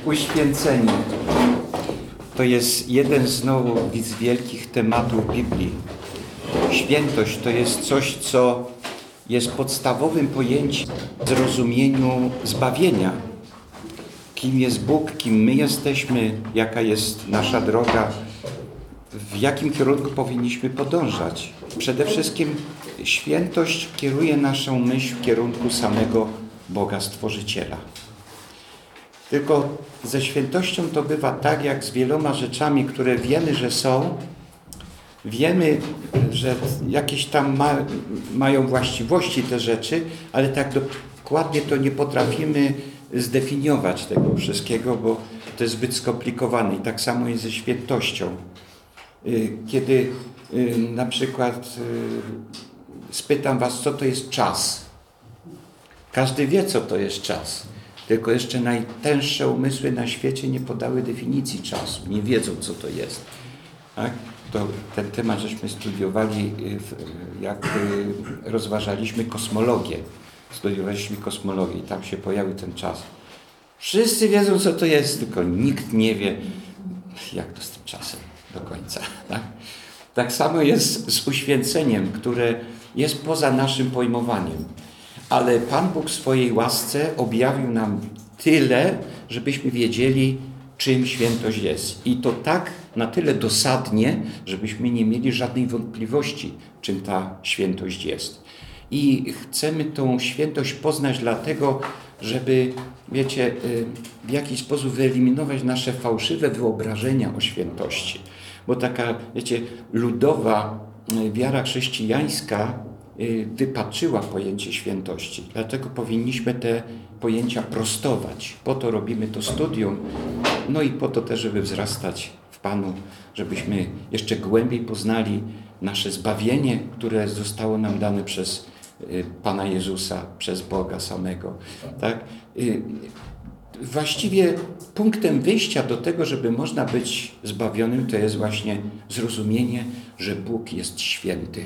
Uświęcenie to jest jeden znowu z wielkich tematów Biblii. Świętość to jest coś, co jest podstawowym pojęciem w zrozumieniu zbawienia. Kim jest Bóg, kim my jesteśmy, jaka jest nasza droga, w jakim kierunku powinniśmy podążać. Przede wszystkim świętość kieruje naszą myśl w kierunku samego Boga Stworzyciela. Tylko ze świętością to bywa tak, jak z wieloma rzeczami, które wiemy, że są. Wiemy, że jakieś tam mają właściwości te rzeczy, ale tak dokładnie to nie potrafimy zdefiniować tego wszystkiego, bo to jest zbyt skomplikowane. I tak samo jest ze świętością. Kiedy na przykład spytam was, co to jest czas. Każdy wie, co to jest czas. Tylko jeszcze najtęższe umysły na świecie nie podały definicji czasu. Nie wiedzą, co to jest. Tak? To ten temat żeśmy studiowali, jak rozważaliśmy kosmologię. Studiowaliśmy kosmologię i tam się pojawił ten czas. Wszyscy wiedzą, co to jest, tylko nikt nie wie, jak to z tym czasem do końca. Tak? Tak samo jest z uświęceniem, które jest poza naszym pojmowaniem. Ale Pan Bóg w swojej łasce objawił nam tyle, żebyśmy wiedzieli, czym świętość jest. I to tak na tyle dosadnie, żebyśmy nie mieli żadnej wątpliwości, czym ta świętość jest. I chcemy tą świętość poznać dlatego, żeby, wiecie, w jakiś sposób wyeliminować nasze fałszywe wyobrażenia o świętości. Bo taka, wiecie, ludowa wiara chrześcijańska wypaczyła pojęcie świętości. Dlatego powinniśmy te pojęcia prostować. Po to robimy to studium, no i po to też, żeby wzrastać w Panu, żebyśmy jeszcze głębiej poznali nasze zbawienie, które zostało nam dane przez Pana Jezusa, przez Boga samego. Tak? Właściwie punktem wyjścia do tego, żeby można być zbawionym, to jest właśnie zrozumienie, że Bóg jest święty.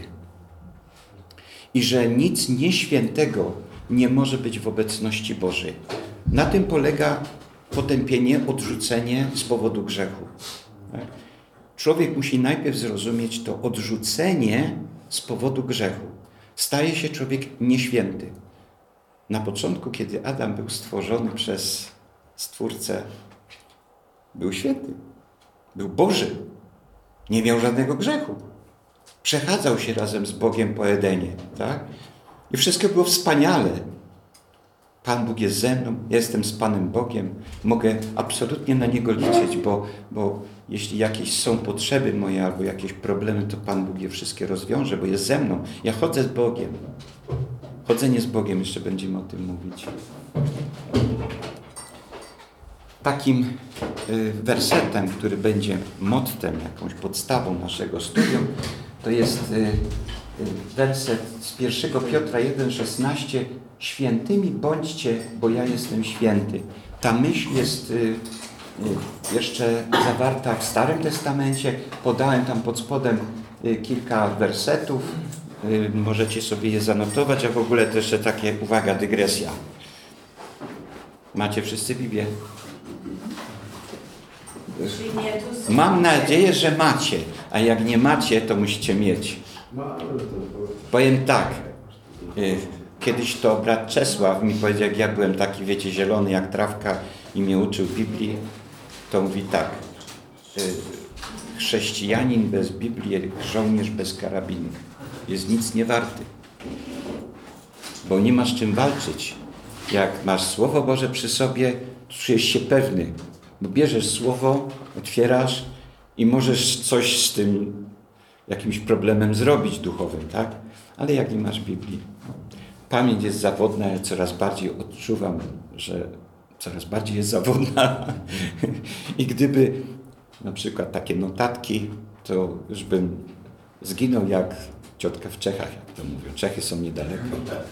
I że nic nieświętego nie może być w obecności Bożej. Na tym polega potępienie, odrzucenie z powodu grzechu. Człowiek musi najpierw zrozumieć to odrzucenie z powodu grzechu. Staje się człowiek nieświęty. Na początku, kiedy Adam był stworzony przez Stwórcę, był święty. Był Boży. Nie miał żadnego grzechu. Przechadzał się razem z Bogiem po Edenie, tak? I wszystko było wspaniale. Pan Bóg jest ze mną, ja jestem z Panem Bogiem, mogę absolutnie na Niego liczyć, bo jeśli jakieś są potrzeby moje albo jakieś problemy, to Pan Bóg je wszystkie rozwiąże, bo jest ze mną. Ja chodzę z Bogiem. Chodzenie z Bogiem, jeszcze będziemy o tym mówić. Takim wersetem, który będzie mottem, jakąś podstawą naszego studium, to jest werset z 1 Piotra 1,16. Świętymi bądźcie, bo ja jestem święty. Ta myśl jest jeszcze zawarta w Starym Testamencie. Podałem tam pod spodem kilka wersetów. Możecie sobie je zanotować, a w ogóle też jeszcze takie, uwaga, dygresja. Macie wszyscy Biblię? Mam nadzieję, że macie, a jak nie macie, to musicie mieć. Powiem tak, kiedyś to brat Czesław mi powiedział, jak ja byłem taki, wiecie, zielony jak trawka i mnie uczył Biblii, to mówi tak, chrześcijanin bez Biblii, żołnierz bez karabinu jest nic nie warty, bo nie masz czym walczyć. Jak masz Słowo Boże przy sobie, czujesz się pewny, bo bierzesz Słowo, otwierasz i możesz coś z tym jakimś problemem zrobić duchowym, tak? Ale jak nie masz Biblii, pamięć jest zawodna, ja coraz bardziej odczuwam, że coraz bardziej jest zawodna. I gdyby na przykład takie notatki, to już bym zginął jak ciotka w Czechach, jak to mówią. Czechy są niedaleko.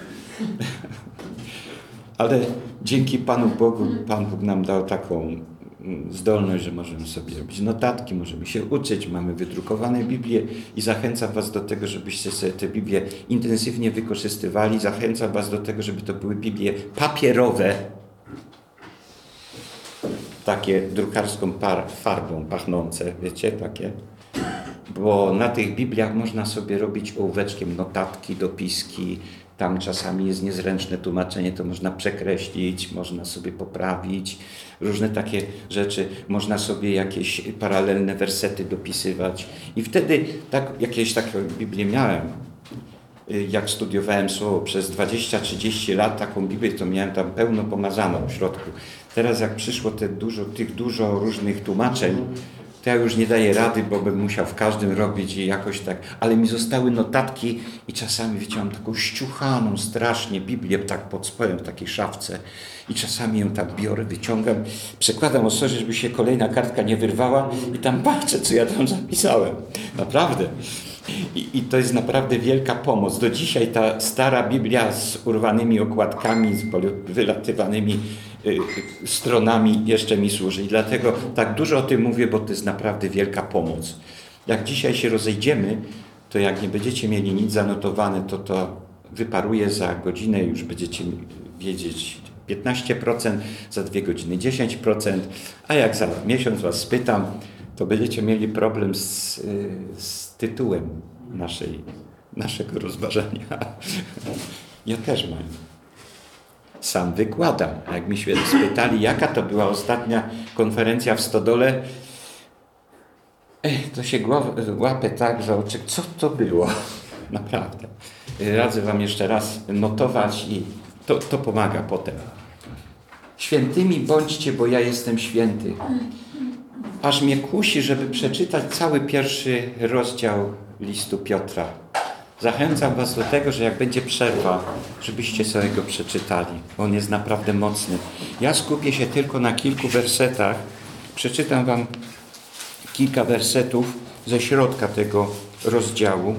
Ale dzięki Panu Bogu, Pan Bóg nam dał taką zdolność, że możemy sobie robić notatki, możemy się uczyć, mamy wydrukowane Biblię i zachęcam was do tego, żebyście sobie te Biblię intensywnie wykorzystywali. Zachęcam was do tego, żeby to były Biblie papierowe, takie drukarską farbą pachnące, wiecie, takie. Bo na tych Bibliach można sobie robić ołóweczkiem notatki, dopiski. Tam czasami jest niezręczne tłumaczenie, to można przekreślić, można sobie poprawić. Różne takie rzeczy, można sobie jakieś paralelne wersety dopisywać. I wtedy jakieś takie Biblię miałem. Jak studiowałem słowo przez 20-30 lat, taką Biblię, to miałem tam pełno pomazaną w środku. Teraz jak przyszło tych dużo różnych tłumaczeń, to ja już nie daję rady, bo bym musiał w każdym robić i jakoś tak. Ale mi zostały notatki i czasami widziałem taką ściuchaną strasznie Biblię tak pod spodem w takiej szafce. I czasami ją tak biorę, wyciągam, przekładam ostrożnie, żeby się kolejna kartka nie wyrwała i tam patrzę, co ja tam zapisałem. Naprawdę. I to jest naprawdę wielka pomoc. Do dzisiaj ta stara Biblia z urwanymi okładkami, z wylatywanymi stronami jeszcze mi służy. I dlatego tak dużo o tym mówię, bo to jest naprawdę wielka pomoc. Jak dzisiaj się rozejdziemy, to jak nie będziecie mieli nic zanotowane, to wyparuje za godzinę, już będziecie wiedzieć 15%, za 2 godziny 10%, a jak za miesiąc was spytam, to będziecie mieli problem z tytułem naszego rozważania. Ja też mam. Sam wykładam. A jak mi się spytali, jaka to była ostatnia konferencja w Stodole, to się łapę tak za oczy. Co to było? Naprawdę. Radzę wam jeszcze raz notować i to pomaga potem. Świętymi bądźcie, bo ja jestem święty. Aż mnie kusi, żeby przeczytać cały 1 rozdział listu Piotra. Zachęcam was do tego, że jak będzie przerwa, żebyście sobie go przeczytali. On jest naprawdę mocny. Ja skupię się tylko na kilku wersetach. Przeczytam wam kilka wersetów ze środka tego rozdziału.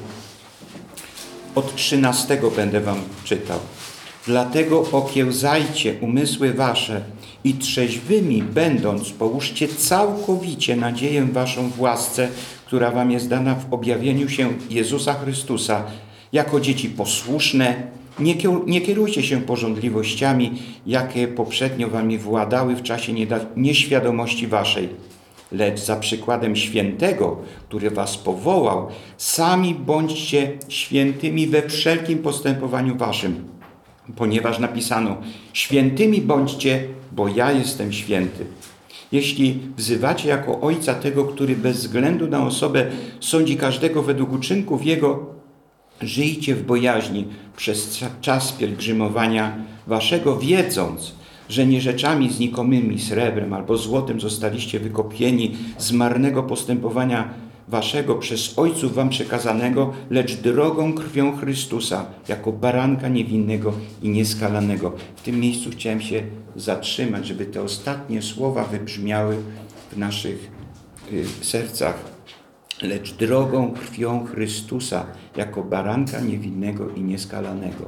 Od 13 będę wam czytał. Dlatego okiełzajcie umysły wasze i trzeźwymi będąc połóżcie całkowicie nadzieję waszą w łasce, która wam jest dana w objawieniu się Jezusa Chrystusa. Jako dzieci posłuszne, nie kierujcie się pożądliwościami, jakie poprzednio wami władały w czasie nieświadomości waszej. Lecz za przykładem świętego, który was powołał, sami bądźcie świętymi we wszelkim postępowaniu waszym. Ponieważ napisano, świętymi bądźcie, bo ja jestem święty. Jeśli wzywacie jako Ojca tego, który bez względu na osobę sądzi każdego według uczynków Jego, żyjcie w bojaźni przez czas pielgrzymowania waszego, wiedząc, że nie rzeczami znikomymi, srebrem albo złotem zostaliście wykupieni z marnego postępowania waszego przez ojców wam przekazanego, lecz drogą krwią Chrystusa, jako baranka niewinnego i nieskalanego. W tym miejscu chciałem się zatrzymać, żeby te ostatnie słowa wybrzmiały w naszych sercach. Lecz drogą krwią Chrystusa, jako baranka niewinnego i nieskalanego.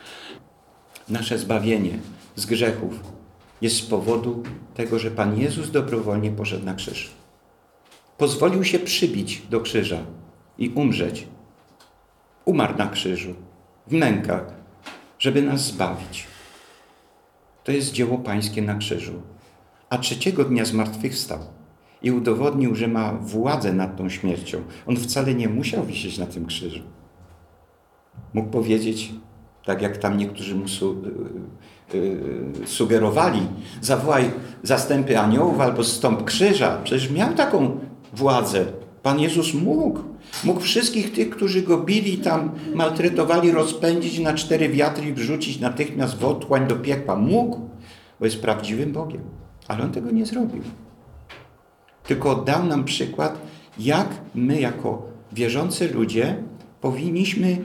Nasze zbawienie z grzechów jest z powodu tego, że Pan Jezus dobrowolnie poszedł na krzyż. Pozwolił się przybić do krzyża i umrzeć. Umarł na krzyżu, w mękach, żeby nas zbawić. To jest dzieło Pańskie na krzyżu. A 3 dnia zmartwychwstał i udowodnił, że ma władzę nad tą śmiercią. On wcale nie musiał wisieć na tym krzyżu. Mógł powiedzieć, tak jak tam niektórzy mu sugerowali, zawołaj zastępy aniołów albo zstąp krzyża. Przecież miał taką władzę. Pan Jezus mógł wszystkich tych, którzy go bili, tam maltretowali, rozpędzić na 4 wiatry i wrzucić natychmiast w otchłań do piekła. Mógł, bo jest prawdziwym Bogiem. Ale on tego nie zrobił. Tylko dał nam przykład, jak my jako wierzący ludzie powinniśmy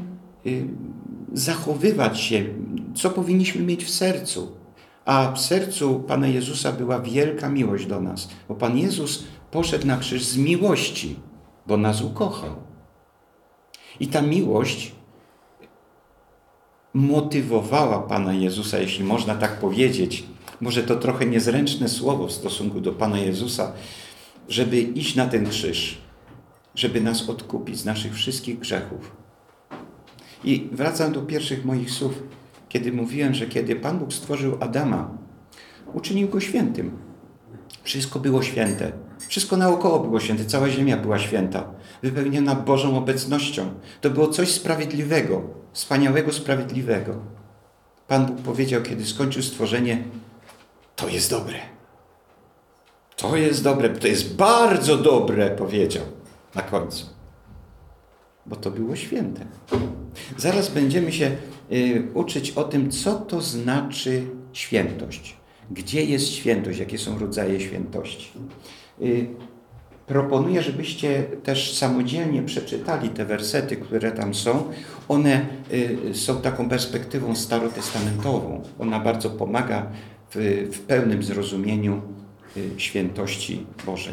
zachowywać się, co powinniśmy mieć w sercu. A w sercu Pana Jezusa była wielka miłość do nas, bo Pan Jezus poszedł na krzyż z miłości, bo nas ukochał. I ta miłość motywowała Pana Jezusa, jeśli można tak powiedzieć, może to trochę niezręczne słowo w stosunku do Pana Jezusa, żeby iść na ten krzyż, żeby nas odkupić z naszych wszystkich grzechów. I wracam do pierwszych moich słów, kiedy mówiłem, że kiedy Pan Bóg stworzył Adama, uczynił go świętym. Wszystko było święte. Wszystko naokoło było święte. Cała ziemia była święta. Wypełniona Bożą obecnością. To było coś sprawiedliwego. Wspaniałego, sprawiedliwego. Pan Bóg powiedział, kiedy skończył stworzenie, to jest dobre. To jest dobre. To jest bardzo dobre, powiedział na końcu. Bo to było święte. Zaraz będziemy się uczyć o tym, co to znaczy świętość. Gdzie jest świętość? Jakie są rodzaje świętości? Proponuję, żebyście też samodzielnie przeczytali te wersety, które tam są. One są taką perspektywą starotestamentową. Ona bardzo pomaga w pełnym zrozumieniu świętości Bożej.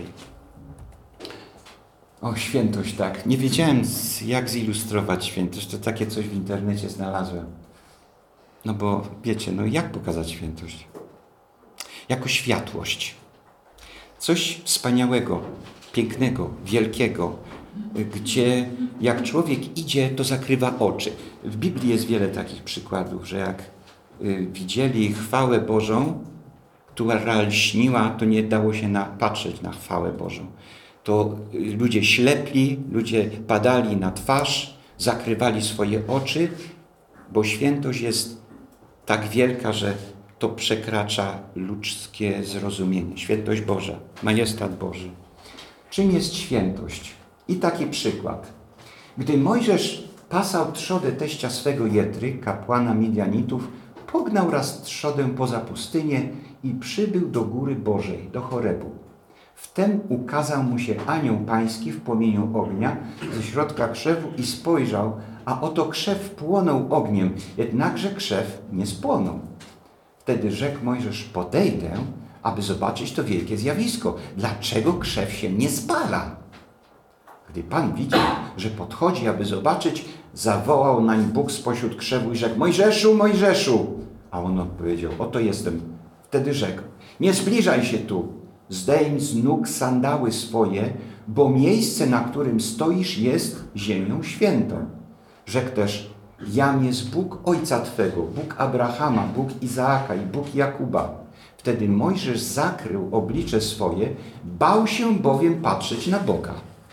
O, świętość, tak. Nie wiedziałem, jak zilustrować świętość. To takie coś w internecie znalazłem. No bo wiecie, jak pokazać świętość? Jako światłość. Coś wspaniałego, pięknego, wielkiego, gdzie jak człowiek idzie, to zakrywa oczy. W Biblii jest wiele takich przykładów, że jak widzieli chwałę Bożą, która lśniła, to nie dało się patrzeć na chwałę Bożą. To ludzie ślepli, ludzie padali na twarz, zakrywali swoje oczy, bo świętość jest tak wielka, że to przekracza ludzkie zrozumienie. Świętość Boża, majestat Boży. Czym jest świętość? I taki przykład. Gdy Mojżesz pasał trzodę teścia swego Jetry, kapłana Midianitów, pognał raz trzodę poza pustynię i przybył do góry Bożej, do Chorebu. Wtem ukazał mu się anioł pański w płomieniu ognia ze środka krzewu i spojrzał, a oto krzew płonął ogniem, jednakże krzew nie spłonął. Wtedy rzekł Mojżesz, podejdę, aby zobaczyć to wielkie zjawisko. Dlaczego krzew się nie spala? Gdy Pan widział, że podchodzi, aby zobaczyć, zawołał nań Bóg spośród krzewu i rzekł, Mojżeszu, Mojżeszu! A on odpowiedział, oto jestem. Wtedy rzekł, nie zbliżaj się tu, zdejm z nóg sandały swoje, bo miejsce, na którym stoisz, jest ziemią świętą. Rzekł też, jam jest Bóg ojca twego, Bóg Abrahama, Bóg Izaaka i Bóg Jakuba. Wtedy Mojżesz zakrył oblicze swoje, bał się bowiem patrzeć na Boga.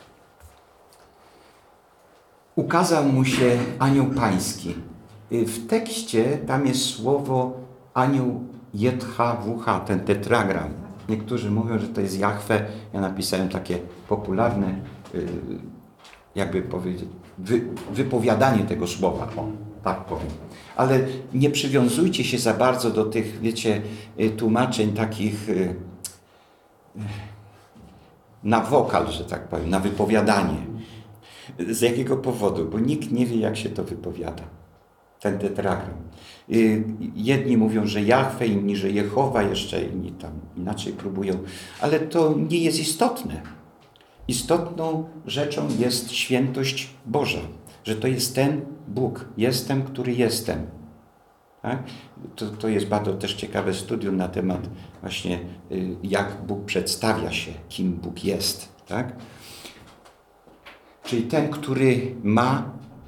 Ukazał mu się anioł pański. W tekście tam jest słowo anioł JHWH, ten tetragram. Niektórzy mówią, że to jest Jahwe. Ja napisałem takie popularne, jakby powiedzieć, wypowiadanie tego słowa. O, tak powiem. Ale nie przywiązujcie się za bardzo do tych, wiecie, tłumaczeń takich na wokal, że tak powiem, na wypowiadanie. Z jakiego powodu? Bo nikt nie wie, jak się to wypowiada. Ten tetragram. Jedni mówią, że Jahwe, inni, że Jehowa, jeszcze inni tam inaczej próbują. Ale to nie jest istotne. Istotną rzeczą jest świętość Boża. Że to jest ten Bóg. Jestem, który jestem. Tak? To jest bardzo też ciekawe studium na temat właśnie jak Bóg przedstawia się, kim Bóg jest. Tak? Czyli ten, który ma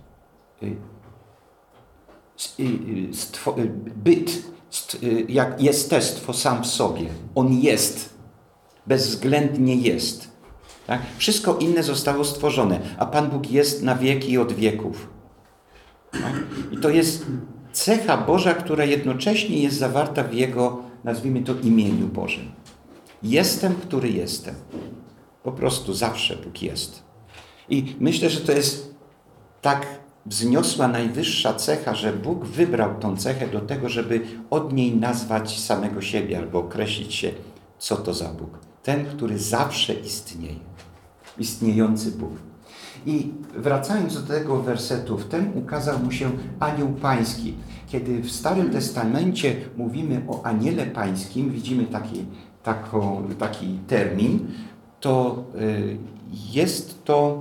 byt, jak jestestwo sam w sobie. On jest. Bezwzględnie jest. Tak? Wszystko inne zostało stworzone, a Pan Bóg jest na wieki i od wieków. Tak? I to jest cecha Boża, która jednocześnie jest zawarta w Jego, nazwijmy to, imieniu Bożym. Jestem, który jestem. Po prostu zawsze Bóg jest. I myślę, że to jest tak wzniosła, najwyższa cecha, że Bóg wybrał tą cechę do tego, żeby od niej nazwać samego siebie albo określić się, co to za Bóg. Ten, który zawsze istnieje. Istniejący Bóg. I wracając do tego wersetu, wtem ukazał mu się anioł pański. Kiedy w Starym Testamencie mówimy o aniele pańskim, widzimy taki termin, to jest to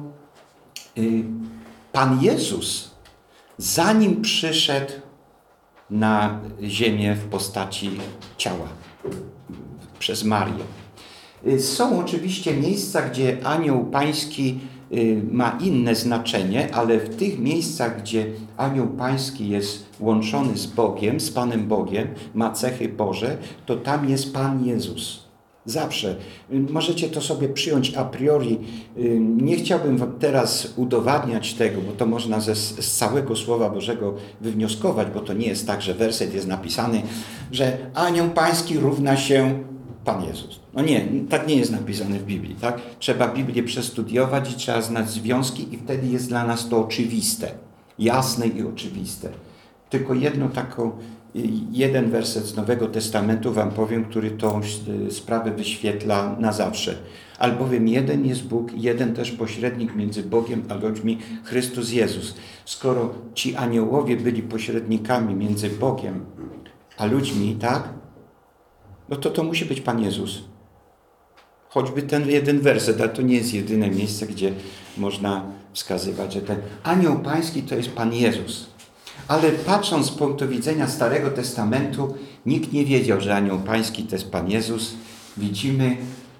Pan Jezus, zanim przyszedł na ziemię w postaci ciała przez Marię. Są oczywiście miejsca, gdzie anioł pański ma inne znaczenie, ale w tych miejscach, gdzie anioł pański jest łączony z Bogiem, z Panem Bogiem, ma cechy Boże, to tam jest Pan Jezus. Zawsze. Możecie to sobie przyjąć a priori. Nie chciałbym wam teraz udowadniać tego, bo to można z całego Słowa Bożego wywnioskować, bo to nie jest tak, że werset jest napisany, że anioł pański równa się Pan Jezus. No nie, tak nie jest napisane w Biblii. Tak? Trzeba Biblię przestudiować i trzeba znać związki i wtedy jest dla nas to oczywiste. Jasne i oczywiste. Tylko jeden werset z Nowego Testamentu wam powiem, który tą sprawę wyświetla na zawsze. Albowiem jeden jest Bóg, jeden też pośrednik między Bogiem a ludźmi, Chrystus Jezus. Skoro ci aniołowie byli pośrednikami między Bogiem a ludźmi, tak? No to musi być Pan Jezus. Choćby ten jeden werset, ale to nie jest jedyne miejsce, gdzie można wskazywać, że ten anioł pański to jest Pan Jezus. Ale patrząc z punktu widzenia Starego Testamentu, nikt nie wiedział, że anioł pański to jest Pan Jezus. Widzimy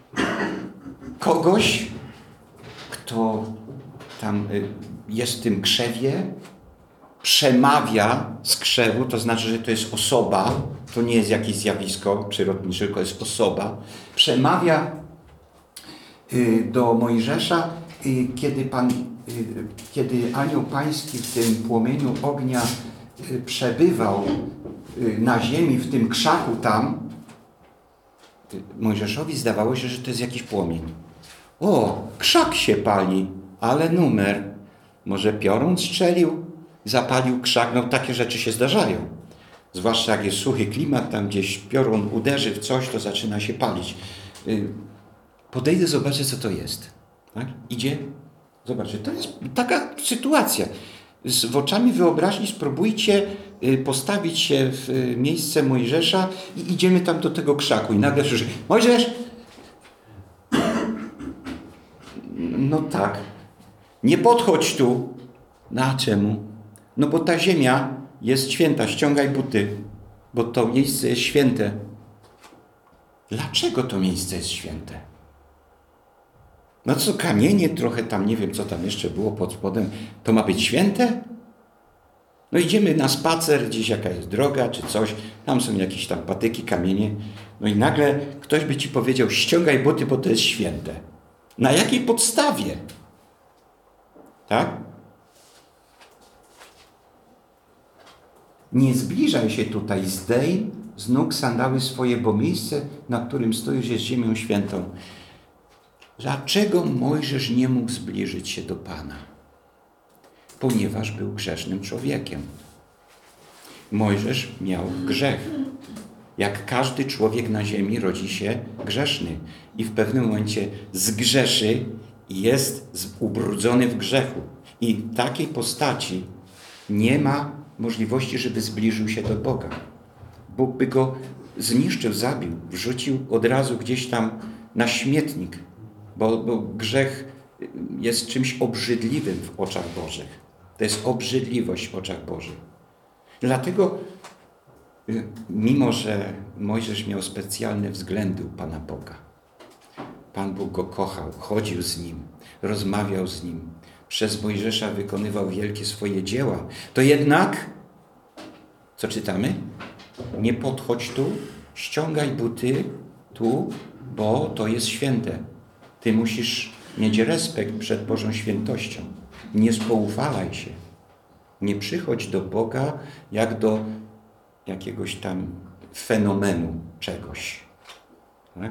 kogoś, kto tam jest w tym krzewie, przemawia z krzewu, to znaczy, że to jest osoba, to nie jest jakieś zjawisko przyrodnicze, tylko jest osoba. Przemawia do Mojżesza, kiedy anioł pański w tym płomieniu ognia przebywał na ziemi, w tym krzaku tam, Mojżeszowi zdawało się, że to jest jakiś płomień. O, krzak się pali, ale numer. Może piorun strzelił, zapalił krzak. No takie rzeczy się zdarzają. Zwłaszcza jak jest suchy klimat, tam gdzieś piorun uderzy w coś, to zaczyna się palić. Podejdę, zobaczę, co to jest. Tak? Idzie, zobaczcie, to jest taka sytuacja. Z oczami wyobraźni spróbujcie postawić się w miejsce Mojżesza i idziemy tam do tego krzaku. I nagle słyszy, Mojżesz! No tak. Nie podchodź tu. No a czemu? No bo ta ziemia jest święta. Ściągaj buty, bo to miejsce jest święte. Dlaczego to miejsce jest święte? No co, kamienie trochę tam, nie wiem co tam jeszcze było pod spodem, to ma być święte? No idziemy na spacer, gdzieś jaka jest droga czy coś, tam są jakieś tam patyki, kamienie, no i nagle ktoś by ci powiedział, ściągaj buty, bo to jest święte. Na jakiej podstawie? Tak? Nie zbliżaj się tutaj, zdejm z nóg sandały swoje, bo miejsce, na którym stoisz, jest ziemią świętą. Dlaczego Mojżesz nie mógł zbliżyć się do Pana? Ponieważ był grzesznym człowiekiem. Mojżesz miał grzech. Jak każdy człowiek na ziemi rodzi się grzeszny i w pewnym momencie zgrzeszy i jest ubrudzony w grzechu. I w takiej postaci nie ma możliwości, żeby zbliżył się do Boga. Bóg by go zniszczył, zabił, wrzucił od razu gdzieś tam na śmietnik, bo grzech jest czymś obrzydliwym w oczach Bożych. To jest obrzydliwość w oczach Bożych. Dlatego, mimo że Mojżesz miał specjalne względy u Pana Boga, Pan Bóg go kochał, chodził z nim, rozmawiał z nim, przez Mojżesza wykonywał wielkie swoje dzieła, to jednak, co czytamy? Nie podchodź tu, ściągaj buty tu, bo to jest święte. Ty musisz mieć respekt przed Bożą świętością. Nie spoufalaj się. Nie przychodź do Boga jak do jakiegoś tam fenomenu czegoś. Tak?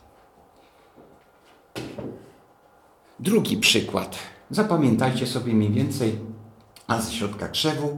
Drugi przykład. Zapamiętajcie sobie mniej więcej, a z środka krzewu.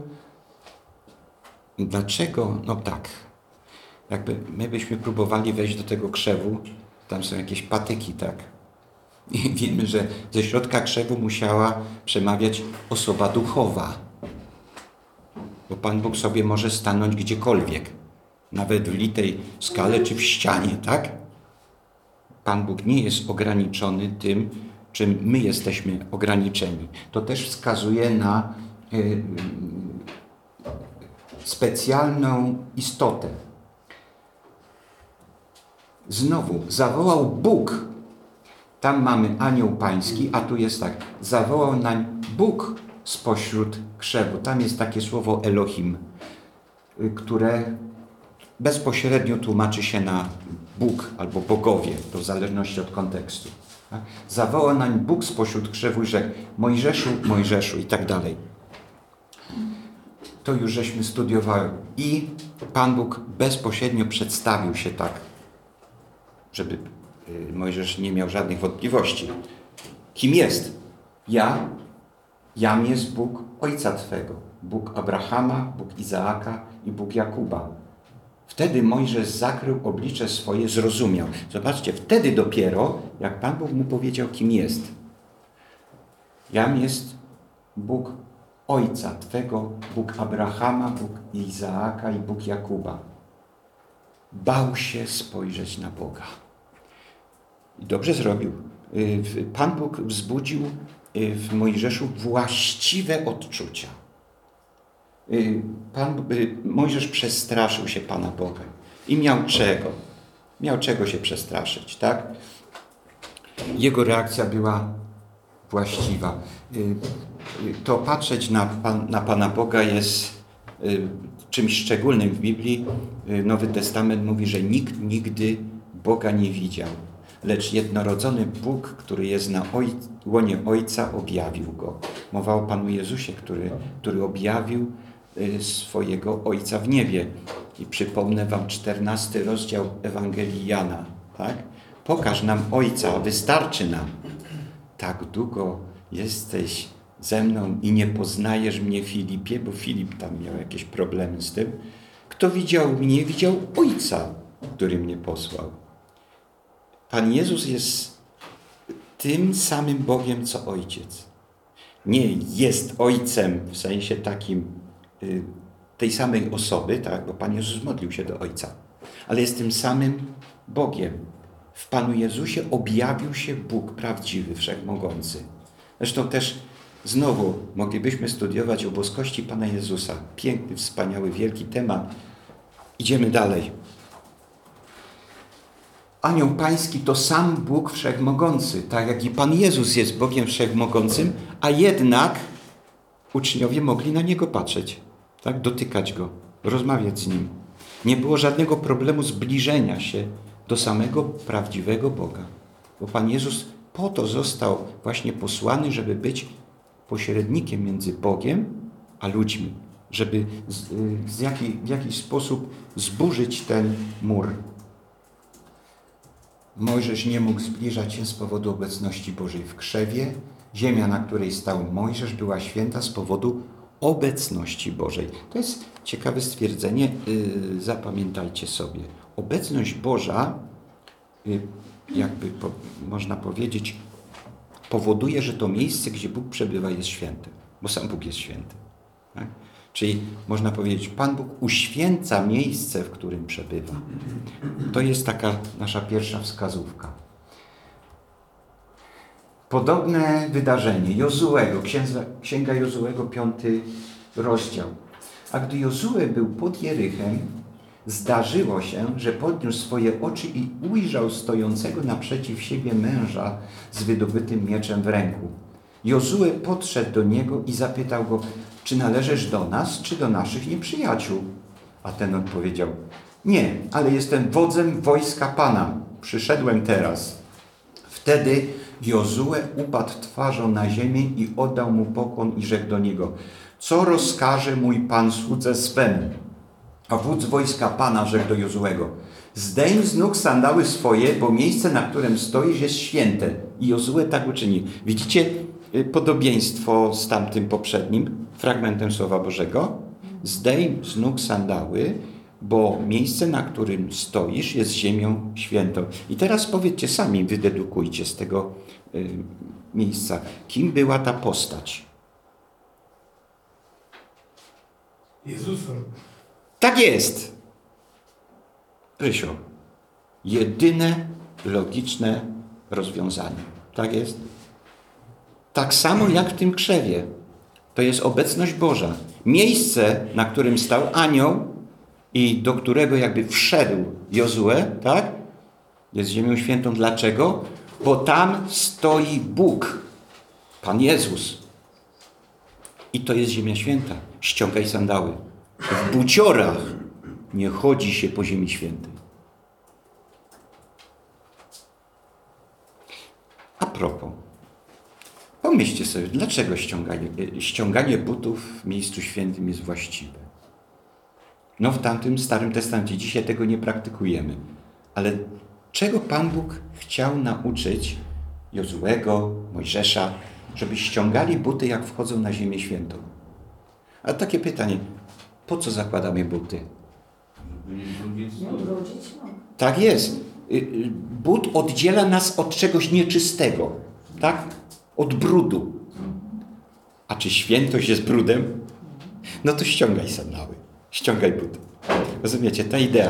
Dlaczego? No tak. Jakby my byśmy próbowali wejść do tego krzewu, tam są jakieś patyki, tak? I wiemy, że ze środka krzewu musiała przemawiać osoba duchowa. Bo Pan Bóg sobie może stanąć gdziekolwiek. Nawet w litej skale czy w ścianie, tak? Pan Bóg nie jest ograniczony tym, czym my jesteśmy ograniczeni. To też wskazuje na specjalną istotę. Znowu, zawołał Bóg. Tam mamy anioł pański, a tu jest tak. Zawołał nań Bóg spośród krzewu. Tam jest takie słowo Elohim, które bezpośrednio tłumaczy się na Bóg albo bogowie, to w zależności od kontekstu. Tak? Zawołał nań Bóg spośród krzewu i rzekł: Mojżeszu, Mojżeszu i tak dalej. To już żeśmy studiowali. I Pan Bóg bezpośrednio przedstawił się tak, żeby Mojżesz nie miał żadnych wątpliwości. Kim jest? Jam jest Bóg ojca Twego, Bóg Abrahama, Bóg Izaaka i Bóg Jakuba. Wtedy Mojżesz zakrył oblicze swoje, zrozumiał. Zobaczcie, wtedy dopiero, jak Pan Bóg mu powiedział, kim jest. Jam jest Bóg ojca Twego, Bóg Abrahama, Bóg Izaaka i Bóg Jakuba. Bał się spojrzeć na Boga. I dobrze zrobił. Pan Bóg wzbudził w Mojżeszu właściwe odczucia. Mojżesz przestraszył się Pana Boga. I miał czego? Miał czego się przestraszyć, tak? Jego reakcja była właściwa. To patrzeć na Pana Boga jest czymś szczególnym w Biblii. Nowy Testament mówi, że nikt nigdy Boga nie widział. Lecz jednorodzony Bóg, który jest na łonie Ojca, objawił Go. Mowa o Panu Jezusie, który objawił swojego Ojca w niebie. I przypomnę Wam 14 rozdział Ewangelii Jana. Tak? Pokaż nam Ojca, wystarczy nam. Tak długo jesteś ze mną i nie poznajesz mnie, Filipie, bo Filip tam miał jakieś problemy z tym. Kto widział mnie, widział Ojca, który mnie posłał. Pan Jezus jest tym samym Bogiem, co Ojciec. Nie jest Ojcem w sensie takim tej samej osoby, tak? Bo Pan Jezus modlił się do Ojca, ale jest tym samym Bogiem. W Panu Jezusie objawił się Bóg prawdziwy, wszechmogący. Zresztą też znowu moglibyśmy studiować o boskości Pana Jezusa. Piękny, wspaniały, wielki temat. Idziemy dalej. Anioł Pański to sam Bóg Wszechmogący, tak jak i Pan Jezus jest Bogiem Wszechmogącym, a jednak uczniowie mogli na Niego patrzeć, tak? Dotykać Go, rozmawiać z Nim. Nie było żadnego problemu zbliżenia się do samego prawdziwego Boga, bo Pan Jezus po to został właśnie posłany, żeby być pośrednikiem między Bogiem a ludźmi, żeby w jakiś sposób zburzyć ten mur. Mojżesz nie mógł zbliżać się z powodu obecności Bożej w krzewie. Ziemia, na której stał Mojżesz, była święta z powodu obecności Bożej. To jest ciekawe stwierdzenie, zapamiętajcie sobie. Obecność Boża, jakby można powiedzieć, powoduje, że to miejsce, gdzie Bóg przebywa, jest święte, bo sam Bóg jest święty. Tak? Czyli można powiedzieć, Pan Bóg uświęca miejsce, w którym przebywa. To jest taka nasza pierwsza wskazówka. Podobne wydarzenie Jozuego, Księga Jozuego, 5 rozdział. A gdy Jozue był pod Jerychem, zdarzyło się, że podniósł swoje oczy i ujrzał stojącego naprzeciw siebie męża z wydobytym mieczem w ręku. Jozue podszedł do niego i zapytał go: czy należysz do nas, czy do naszych nieprzyjaciół? A ten odpowiedział: nie, ale jestem wodzem wojska Pana. Przyszedłem teraz. Wtedy Jozue upadł twarzą na ziemię i oddał mu pokłon i rzekł do niego: co rozkaże mój Pan słudze swemu? A wódz wojska Pana rzekł do Jozuego: zdejm z nóg sandały swoje, bo miejsce, na którym stoisz, jest święte. I Jozue tak uczynił. Widzicie podobieństwo z tamtym poprzednim fragmentem Słowa Bożego? Zdejm z nóg sandały, bo miejsce, na którym stoisz, jest ziemią świętą. I teraz powiedzcie sami, wydedukujcie z tego miejsca, kim była ta postać? Jezusem. Tak jest. Rysio. Jedyne logiczne rozwiązanie. Tak jest. Tak samo jak w tym krzewie. To jest obecność Boża. Miejsce, na którym stał anioł i do którego jakby wszedł Jozue, tak? Jest ziemią świętą. Dlaczego? Bo tam stoi Bóg, Pan Jezus. I to jest ziemia święta. Ściągaj sandały. W buciorach nie chodzi się po ziemi świętej. propos, pomyślcie sobie, dlaczego ściąganie butów w miejscu świętym jest właściwe. No w tamtym Starym Testamencie, dzisiaj tego nie praktykujemy. Ale czego Pan Bóg chciał nauczyć Jozuego, Mojżesza, żeby ściągali buty, jak wchodzą na ziemię świętą? A takie pytanie, po co zakładamy buty? Tak jest. But oddziela nas od czegoś nieczystego, tak? Od brudu. A czy świętość jest brudem? No to ściągaj sandały, ściągaj buty. Rozumiecie, ta idea.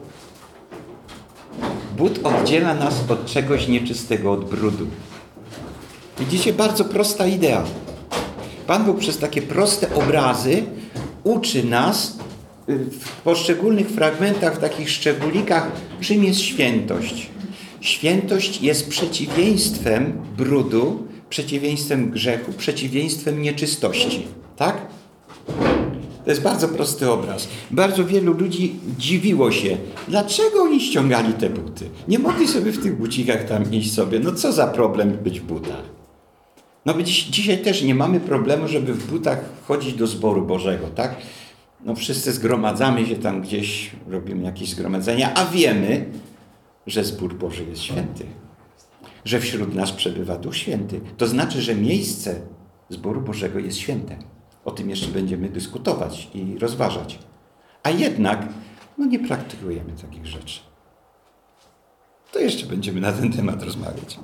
But oddziela nas od czegoś nieczystego, od brudu. Widzicie, bardzo prosta idea. Pan Bóg przez takie proste obrazy uczy nas w poszczególnych fragmentach, w takich szczególikach, czym jest świętość. Świętość jest przeciwieństwem brudu, przeciwieństwem grzechu, przeciwieństwem nieczystości. Tak? To jest bardzo prosty obraz. Bardzo wielu ludzi dziwiło się, dlaczego oni ściągali te buty. Nie mogli sobie w tych bucikach tam iść sobie. No co za problem być w butach? No dzisiaj też nie mamy problemu, żeby w butach wchodzić do zboru Bożego, tak? No wszyscy zgromadzamy się tam gdzieś, robimy jakieś zgromadzenia, a wiemy, że zbór Boży jest święty. Że wśród nas przebywa Duch Święty. To znaczy, że miejsce zboru Bożego jest święte. O tym jeszcze będziemy dyskutować i rozważać. A jednak nie praktykujemy takich rzeczy. To jeszcze będziemy na ten temat rozmawiać.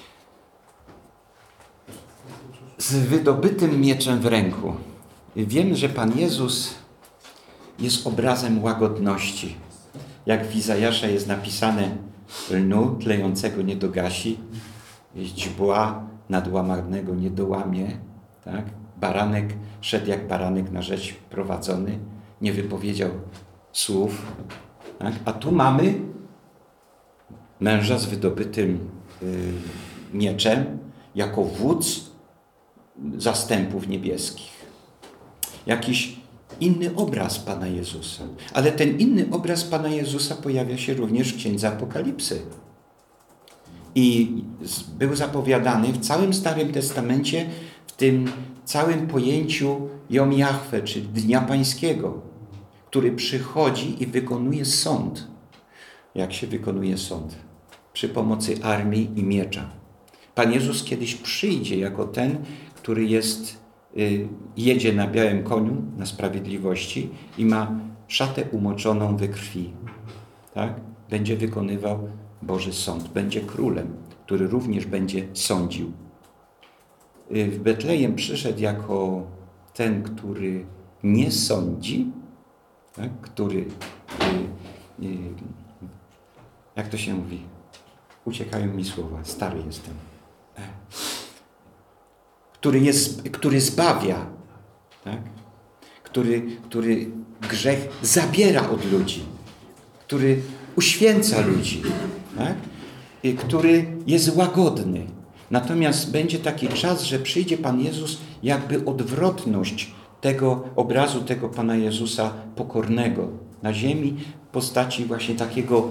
Z wydobytym mieczem w ręku. Wiemy, że Pan Jezus jest obrazem łagodności. Jak w Izajasza jest napisane, lnu tlejącego nie dogasi, źdźbła nadłamanego nie dołamie, tak? Baranek szedł jak baranek na rzeź prowadzony, nie wypowiedział słów. Tak? A tu mamy męża z wydobytym mieczem jako wódz zastępów niebieskich. Jakiś inny obraz Pana Jezusa. Ale ten inny obraz Pana Jezusa pojawia się również w Księdze Apokalipsy. I był zapowiadany w całym Starym Testamencie w tym całym pojęciu Jom Jahwe, czyli Dnia Pańskiego, który przychodzi i wykonuje sąd. Jak się wykonuje sąd? Przy pomocy armii i miecza. Pan Jezus kiedyś przyjdzie jako ten, który jedzie na białym koniu, na sprawiedliwości i ma szatę umoczoną we krwi. Tak? Będzie wykonywał Boży sąd. Będzie królem, który również będzie sądził. W Betlejem przyszedł jako ten, który nie sądzi, tak? Który, jak to się mówi? Uciekają mi słowa, stary jestem. Który zbawia, tak? Który grzech zabiera od ludzi, który uświęca ludzi, tak? I który jest łagodny. Natomiast będzie taki czas, że przyjdzie Pan Jezus jakby odwrotność tego obrazu, tego Pana Jezusa pokornego na ziemi w postaci właśnie takiego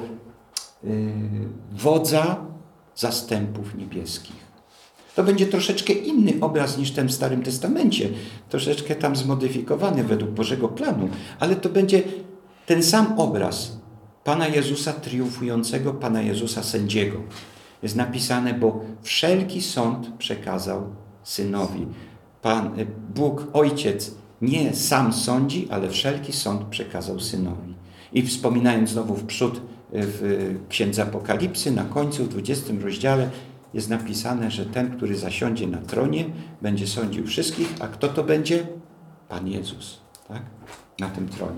wodza zastępów niebieskich. To będzie troszeczkę inny obraz niż ten w Starym Testamencie. Troszeczkę tam zmodyfikowany według Bożego planu. Ale to będzie ten sam obraz Pana Jezusa triumfującego, Pana Jezusa sędziego. Jest napisane, bo wszelki sąd przekazał Synowi. Bóg, Ojciec, nie sam sądzi, ale wszelki sąd przekazał Synowi. I wspominając znowu w przód w Księdze Apokalipsy, na końcu w 20 rozdziale jest napisane, że ten, który zasiądzie na tronie, będzie sądził wszystkich, a kto to będzie? Pan Jezus, tak? Na tym tronie.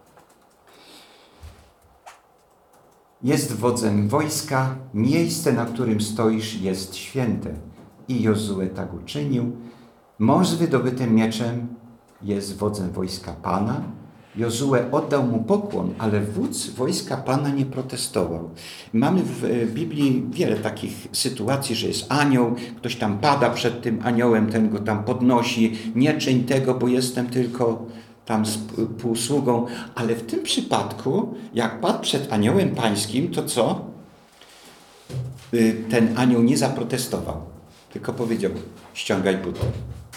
Jest wodzem wojska, miejsce, na którym stoisz, jest święte. I Jozue tak uczynił. Mąż z wydobytym mieczem jest wodzem wojska Pana. Jozue oddał mu pokłon, ale wódz wojska Pana nie protestował. Mamy w Biblii wiele takich sytuacji, że jest anioł, ktoś tam pada przed tym aniołem, ten go tam podnosi. Nie czyń tego, bo jestem tylko tam z półsługą. Ale w tym przypadku, jak padł przed aniołem pańskim, to co? Ten anioł nie zaprotestował. tylko powiedział: ściągaj buty.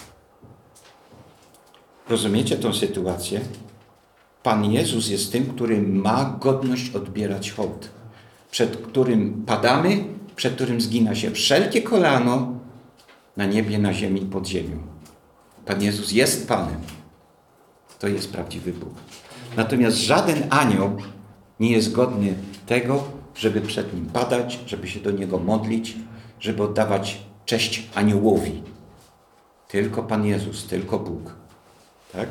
Rozumiecie tą sytuację? Pan Jezus jest tym, który ma godność odbierać hołd, przed którym padamy, przed którym zgina się wszelkie kolano na niebie, na ziemi i pod ziemią. Pan Jezus jest Panem. To jest prawdziwy Bóg. Natomiast żaden anioł nie jest godny tego, żeby przed Nim padać, żeby się do Niego modlić, żeby oddawać cześć aniołowi. Tylko Pan Jezus, tylko Bóg. Tak?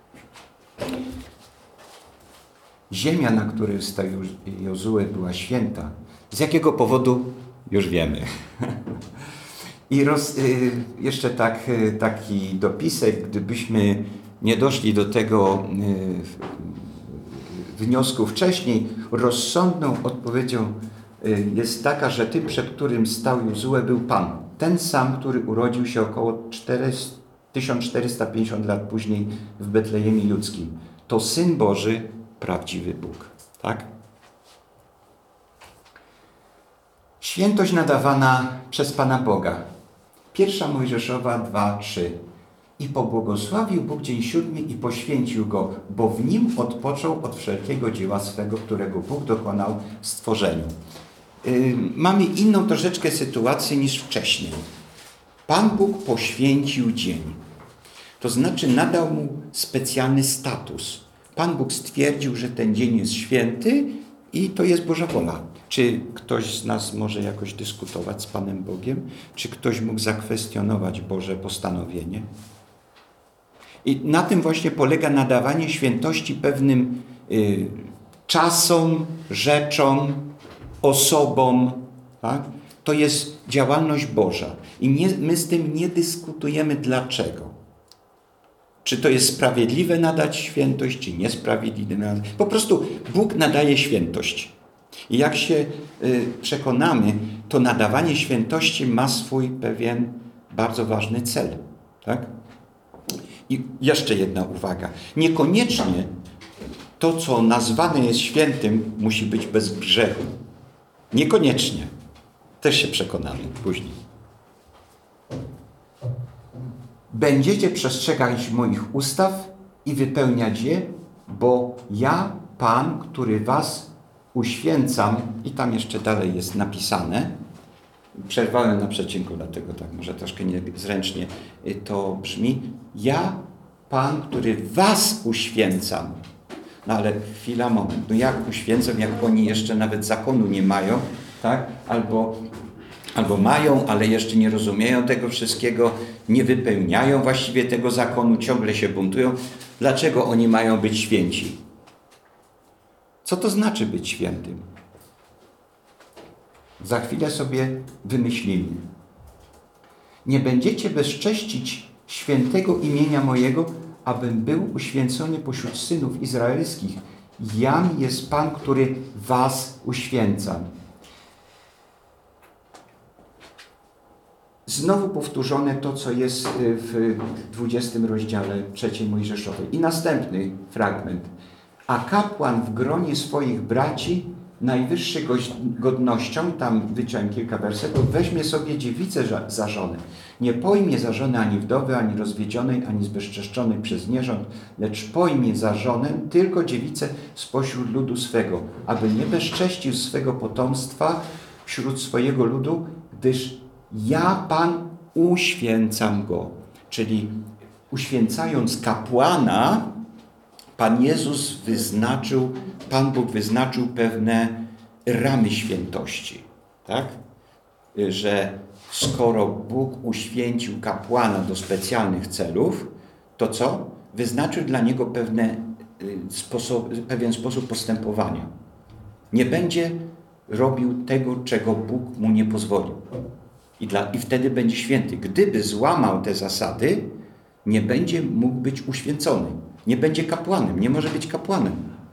Ziemia, na której stał Jozue, była święta. Z jakiego powodu? Już wiemy. I jeszcze taki dopisek, gdybyśmy nie doszli do tego wniosku wcześniej, rozsądną odpowiedzią jest taka, że tym, przed którym stał Jozue, był Pan. Ten sam, który urodził się około 1450 lat później w Betlejemie Judzkim. To Syn Boży, prawdziwy Bóg. Tak? Świętość nadawana przez Pana Boga. 1 Mojżeszowa 2:3. I pobłogosławił Bóg dzień 7 i poświęcił go, bo w nim odpoczął od wszelkiego dzieła swego, którego Bóg dokonał w stworzeniu. Mamy inną troszeczkę sytuację niż wcześniej. Pan Bóg poświęcił dzień. To znaczy nadał mu specjalny status. Pan Bóg stwierdził, że ten dzień jest święty i to jest Boża wola. Czy ktoś z nas może jakoś dyskutować z Panem Bogiem? Czy ktoś mógł zakwestionować Boże postanowienie? I na tym właśnie polega nadawanie świętości pewnym czasom, rzeczom, osobom. Tak? To jest działalność Boża. I my z tym nie dyskutujemy dlaczego. Czy to jest sprawiedliwe nadać świętość, czy niesprawiedliwe nadać. Po prostu Bóg nadaje świętość. I jak się przekonamy, to nadawanie świętości ma swój pewien bardzo ważny cel. Tak? I jeszcze jedna uwaga. Niekoniecznie to, co nazwane jest świętym, musi być bez grzechu. Niekoniecznie. Też się przekonamy później. Będziecie przestrzegać moich ustaw i wypełniać je, bo ja, Pan, który was uświęcam, i tam jeszcze dalej jest napisane, przerwałem na przecinku, dlatego tak może troszkę niezręcznie to brzmi, ja, Pan, który was uświęcam. No ale chwila, moment, no jak uświęcam, jak oni jeszcze nawet zakonu nie mają, tak? Albo mają, ale jeszcze nie rozumieją tego wszystkiego, nie wypełniają właściwie tego zakonu, ciągle się buntują. Dlaczego oni mają być święci? Co to znaczy być świętym? Za chwilę sobie wymyślimy. Nie będziecie bezcześcić świętego imienia mojego, abym był uświęcony pośród synów izraelskich. Jam jest Pan, który was uświęca. Znowu powtórzone to, co jest w 20 rozdziale 3 Mojżeszowej. I następny fragment. A kapłan w gronie swoich braci najwyższej godnością, tam wyciąłem kilka wersetów, weźmie sobie dziewicę za żonę. Nie pojmie za żonę ani wdowy, ani rozwiedzionej, ani zbezczeszczonej przez nierząd, lecz pojmie za żonę tylko dziewicę spośród ludu swego, aby nie bezcześcił swego potomstwa wśród swojego ludu, gdyż ja, Pan, uświęcam go. Czyli uświęcając kapłana, Pan Bóg wyznaczył pewne ramy świętości. Tak? Że skoro Bóg uświęcił kapłana do specjalnych celów, to co? Wyznaczył dla niego pewien sposób postępowania. Nie będzie robił tego, czego Bóg mu nie pozwolił. I wtedy będzie święty. Gdyby złamał te zasady, nie będzie mógł być uświęcony. Nie będzie kapłanem. Nie może być kapłanem.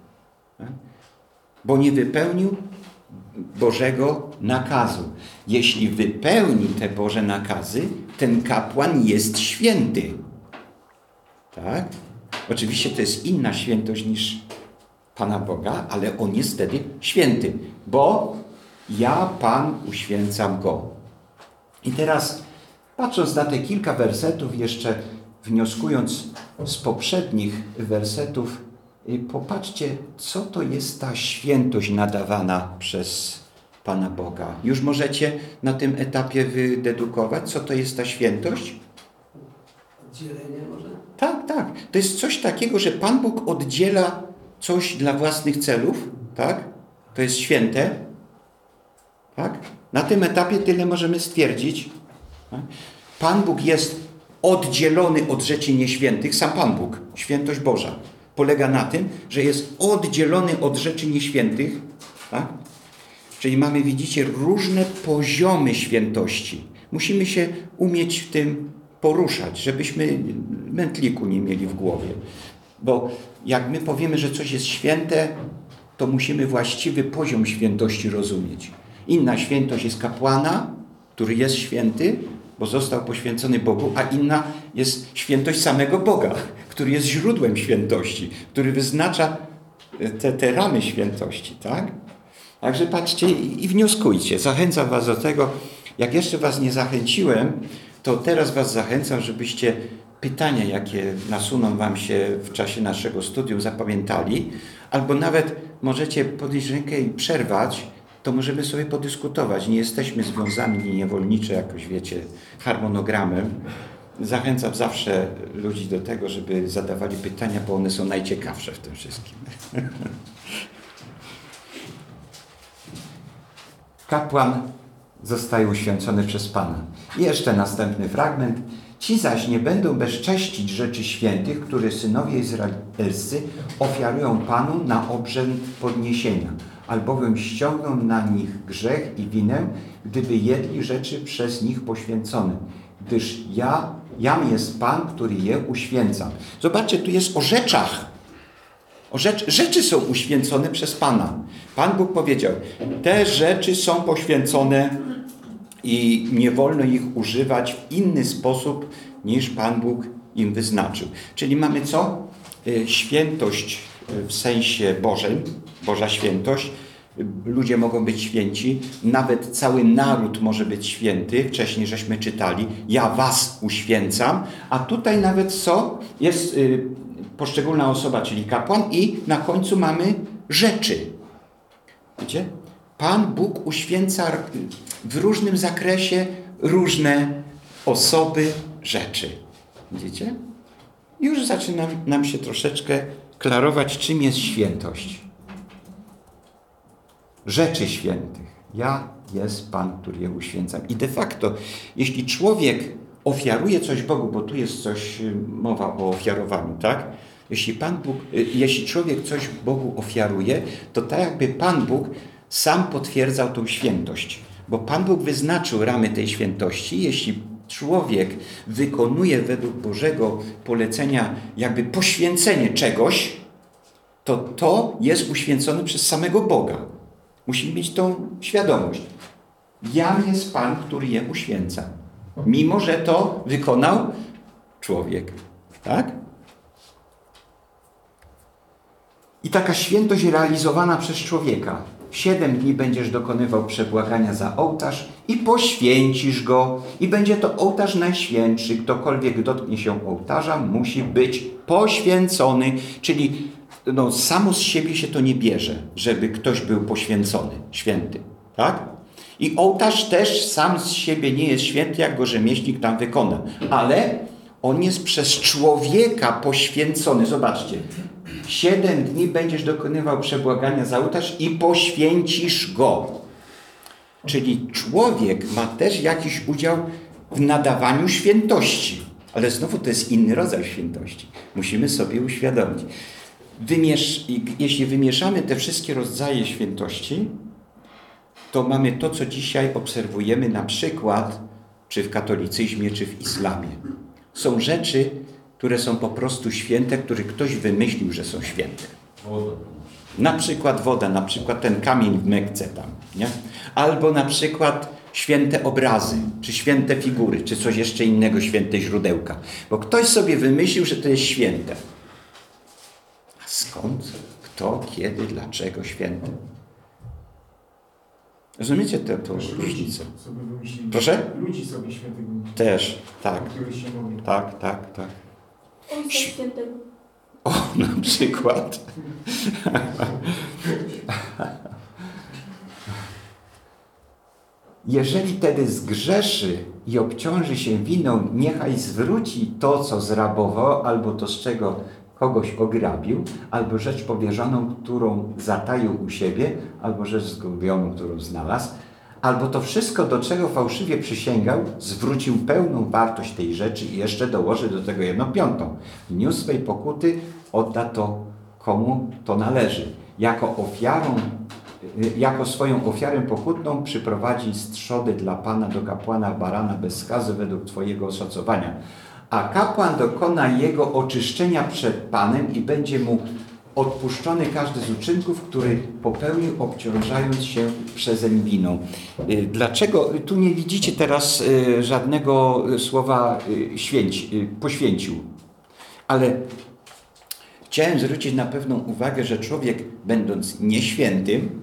Bo nie wypełnił Bożego nakazu. Jeśli wypełni te Boże nakazy, ten kapłan jest święty. Tak? Oczywiście to jest inna świętość niż Pana Boga, ale on jest wtedy święty. Bo ja, Pan, uświęcam go. I teraz Patrząc na te kilka wersetów, jeszcze wnioskując z poprzednich wersetów, popatrzcie, co to jest ta świętość nadawana przez Pana Boga. Już możecie na tym etapie wydedukować, co to jest ta świętość? Oddzielenie może? Tak, tak. To jest coś takiego, że Pan Bóg oddziela coś dla własnych celów, tak? To jest święte, tak? Na tym etapie tyle możemy stwierdzić. Tak? Pan Bóg jest oddzielony od rzeczy nieświętych. Sam Pan Bóg, świętość Boża, polega na tym, że jest oddzielony od rzeczy nieświętych, tak? Czyli mamy, widzicie, różne poziomy świętości. Musimy się umieć w tym poruszać, żebyśmy mętliku nie mieli w głowie. Bo jak my powiemy, że coś jest święte, to musimy właściwy poziom świętości rozumieć. Inna świętość jest kapłana, który jest święty, bo został poświęcony Bogu, a inna jest świętość samego Boga, który jest źródłem świętości, który wyznacza te ramy świętości, tak? Także patrzcie i wnioskujcie. Zachęcam was do tego. Jak jeszcze was nie zachęciłem, to teraz was zachęcam, żebyście pytania, jakie nasuną wam się w czasie naszego studium, zapamiętali, albo nawet możecie podnieść rękę i przerwać, to możemy sobie podyskutować. Nie jesteśmy związani niewolniczo jakoś, wiecie, harmonogramem. Zachęcam zawsze ludzi do tego, żeby zadawali pytania, bo one są najciekawsze w tym wszystkim. Kapłan zostaje uświęcony przez Pana. I jeszcze następny fragment. Ci zaś nie będą bezcześcić rzeczy świętych, które synowie izraelscy ofiarują Panu na obrzęd podniesienia, albowiem ściągną na nich grzech i winę, gdyby jedli rzeczy przez nich poświęcone. Gdyż jam jest Pan, który je uświęcam. Zobaczcie, tu jest o rzeczach. Rzeczy są uświęcone przez Pana. Pan Bóg powiedział, te rzeczy są poświęcone i nie wolno ich używać w inny sposób, niż Pan Bóg im wyznaczył. Czyli mamy co? Świętość w sensie Bożym, Boża świętość. Ludzie mogą być święci, nawet cały naród może być święty. Wcześniej żeśmy czytali, ja was uświęcam, a tutaj nawet co? Jest poszczególna osoba, czyli kapłan i na końcu mamy rzeczy. Wiecie? Pan Bóg uświęca w różnym zakresie różne osoby, rzeczy. Widzicie? Już zaczyna nam się troszeczkę klarować, czym jest świętość. Rzeczy świętych. Ja jest Pan, który je uświęcam. I de facto, jeśli człowiek ofiaruje coś Bogu, bo tu jest mowa o ofiarowaniu, tak? Jeśli człowiek coś Bogu ofiaruje, to tak jakby Pan Bóg sam potwierdzał tą świętość. Bo Pan Bóg wyznaczył ramy tej świętości. Jeśli człowiek wykonuje według Bożego polecenia jakby poświęcenie czegoś, to jest uświęcone przez samego Boga. Musimy mieć tą świadomość. Jam jest Pan, który je uświęca. Mimo że to wykonał człowiek. Tak? I taka świętość realizowana przez człowieka. 7 dni będziesz dokonywał przebłagania za ołtarz i poświęcisz go. I będzie to ołtarz najświętszy. Ktokolwiek dotknie się ołtarza, musi być poświęcony. Czyli samo z siebie się to nie bierze, żeby ktoś był poświęcony, święty. Tak? I ołtarz też sam z siebie nie jest święty, jak go rzemieślnik tam wykona. Ale on jest przez człowieka poświęcony. Zobaczcie. 7 dni będziesz dokonywał przebłagania za ołtarz i poświęcisz go. Czyli człowiek ma też jakiś udział w nadawaniu świętości. Ale znowu to jest inny rodzaj świętości. Musimy sobie uświadomić. Jeśli wymieszamy te wszystkie rodzaje świętości, to mamy to, co dzisiaj obserwujemy na przykład czy w katolicyzmie, czy w islamie. Są rzeczy, które są po prostu święte, które ktoś wymyślił, że są święte. Na przykład woda, na przykład ten kamień w Mekce tam, nie? Albo na przykład święte obrazy, czy święte figury, czy coś jeszcze innego, święte źródełka. Bo ktoś sobie wymyślił, że to jest święte. A skąd? Kto, kiedy, dlaczego święte? Rozumiecie tę różnicę? Sobie wymyślili. Proszę? Ludzi sobie świętego wymyślili. Też, tak. Który się mówi. Tak. Ojca Świętego. O, na przykład. Jeżeli tedy zgrzeszy i obciąży się winą, niechaj zwróci to, co zrabował, albo to, z czego kogoś ograbił, albo rzecz powierzoną, którą zataił u siebie, albo rzecz zgubioną, którą znalazł, albo to wszystko, do czego fałszywie przysięgał, zwrócił pełną wartość tej rzeczy i jeszcze dołoży do tego 1/5. W dniu swej pokuty odda to, komu to należy. Jako swoją ofiarę pokutną przyprowadzi z trzody dla Pana do kapłana barana bez skazy według Twojego oszacowania. A kapłan dokona jego oczyszczenia przed Panem i będzie mu odpuszczony każdy z uczynków, który popełnił, obciążając się przezeń winą. Dlaczego? Tu nie widzicie teraz żadnego słowa poświęcił. Ale chciałem zwrócić na pewną uwagę, że człowiek, będąc nieświętym,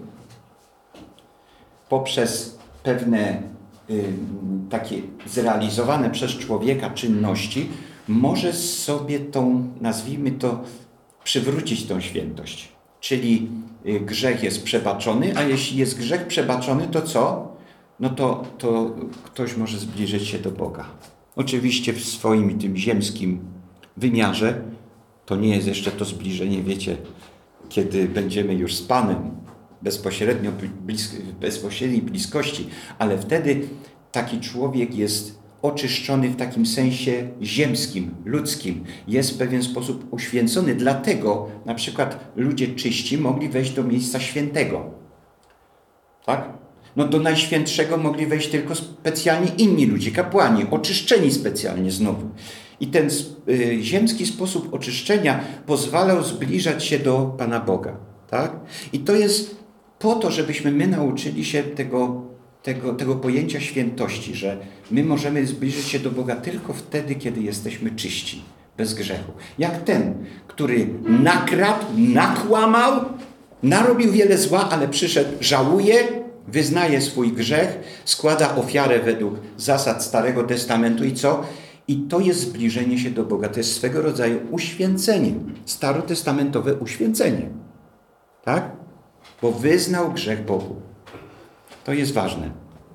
poprzez pewne takie zrealizowane przez człowieka czynności, może sobie tą, nazwijmy to, przywrócić tą świętość. Czyli grzech jest przebaczony, a jeśli jest grzech przebaczony, to co? No to ktoś może zbliżyć się do Boga. Oczywiście w swoim tym ziemskim wymiarze to nie jest jeszcze to zbliżenie, wiecie, kiedy będziemy już z Panem w bezpośredniej bliskości, ale wtedy taki człowiek jest oczyszczony w takim sensie ziemskim, ludzkim. Jest w pewien sposób uświęcony. Dlatego na przykład ludzie czyści mogli wejść do miejsca świętego. Tak? No do Najświętszego mogli wejść tylko specjalnie inni ludzie, kapłani, oczyszczeni specjalnie znowu. I ten ziemski sposób oczyszczenia pozwalał zbliżać się do Pana Boga. Tak? I to jest po to, żebyśmy my nauczyli się tego pojęcia świętości, że my możemy zbliżyć się do Boga tylko wtedy, kiedy jesteśmy czyści, bez grzechu. Jak ten, który nakradł, nakłamał, narobił wiele zła, ale przyszedł, żałuje, wyznaje swój grzech, składa ofiarę według zasad Starego Testamentu i co? I to jest zbliżenie się do Boga. To jest swego rodzaju uświęcenie. Starotestamentowe uświęcenie. Tak? Bo wyznał grzech Bogu. To jest ważne.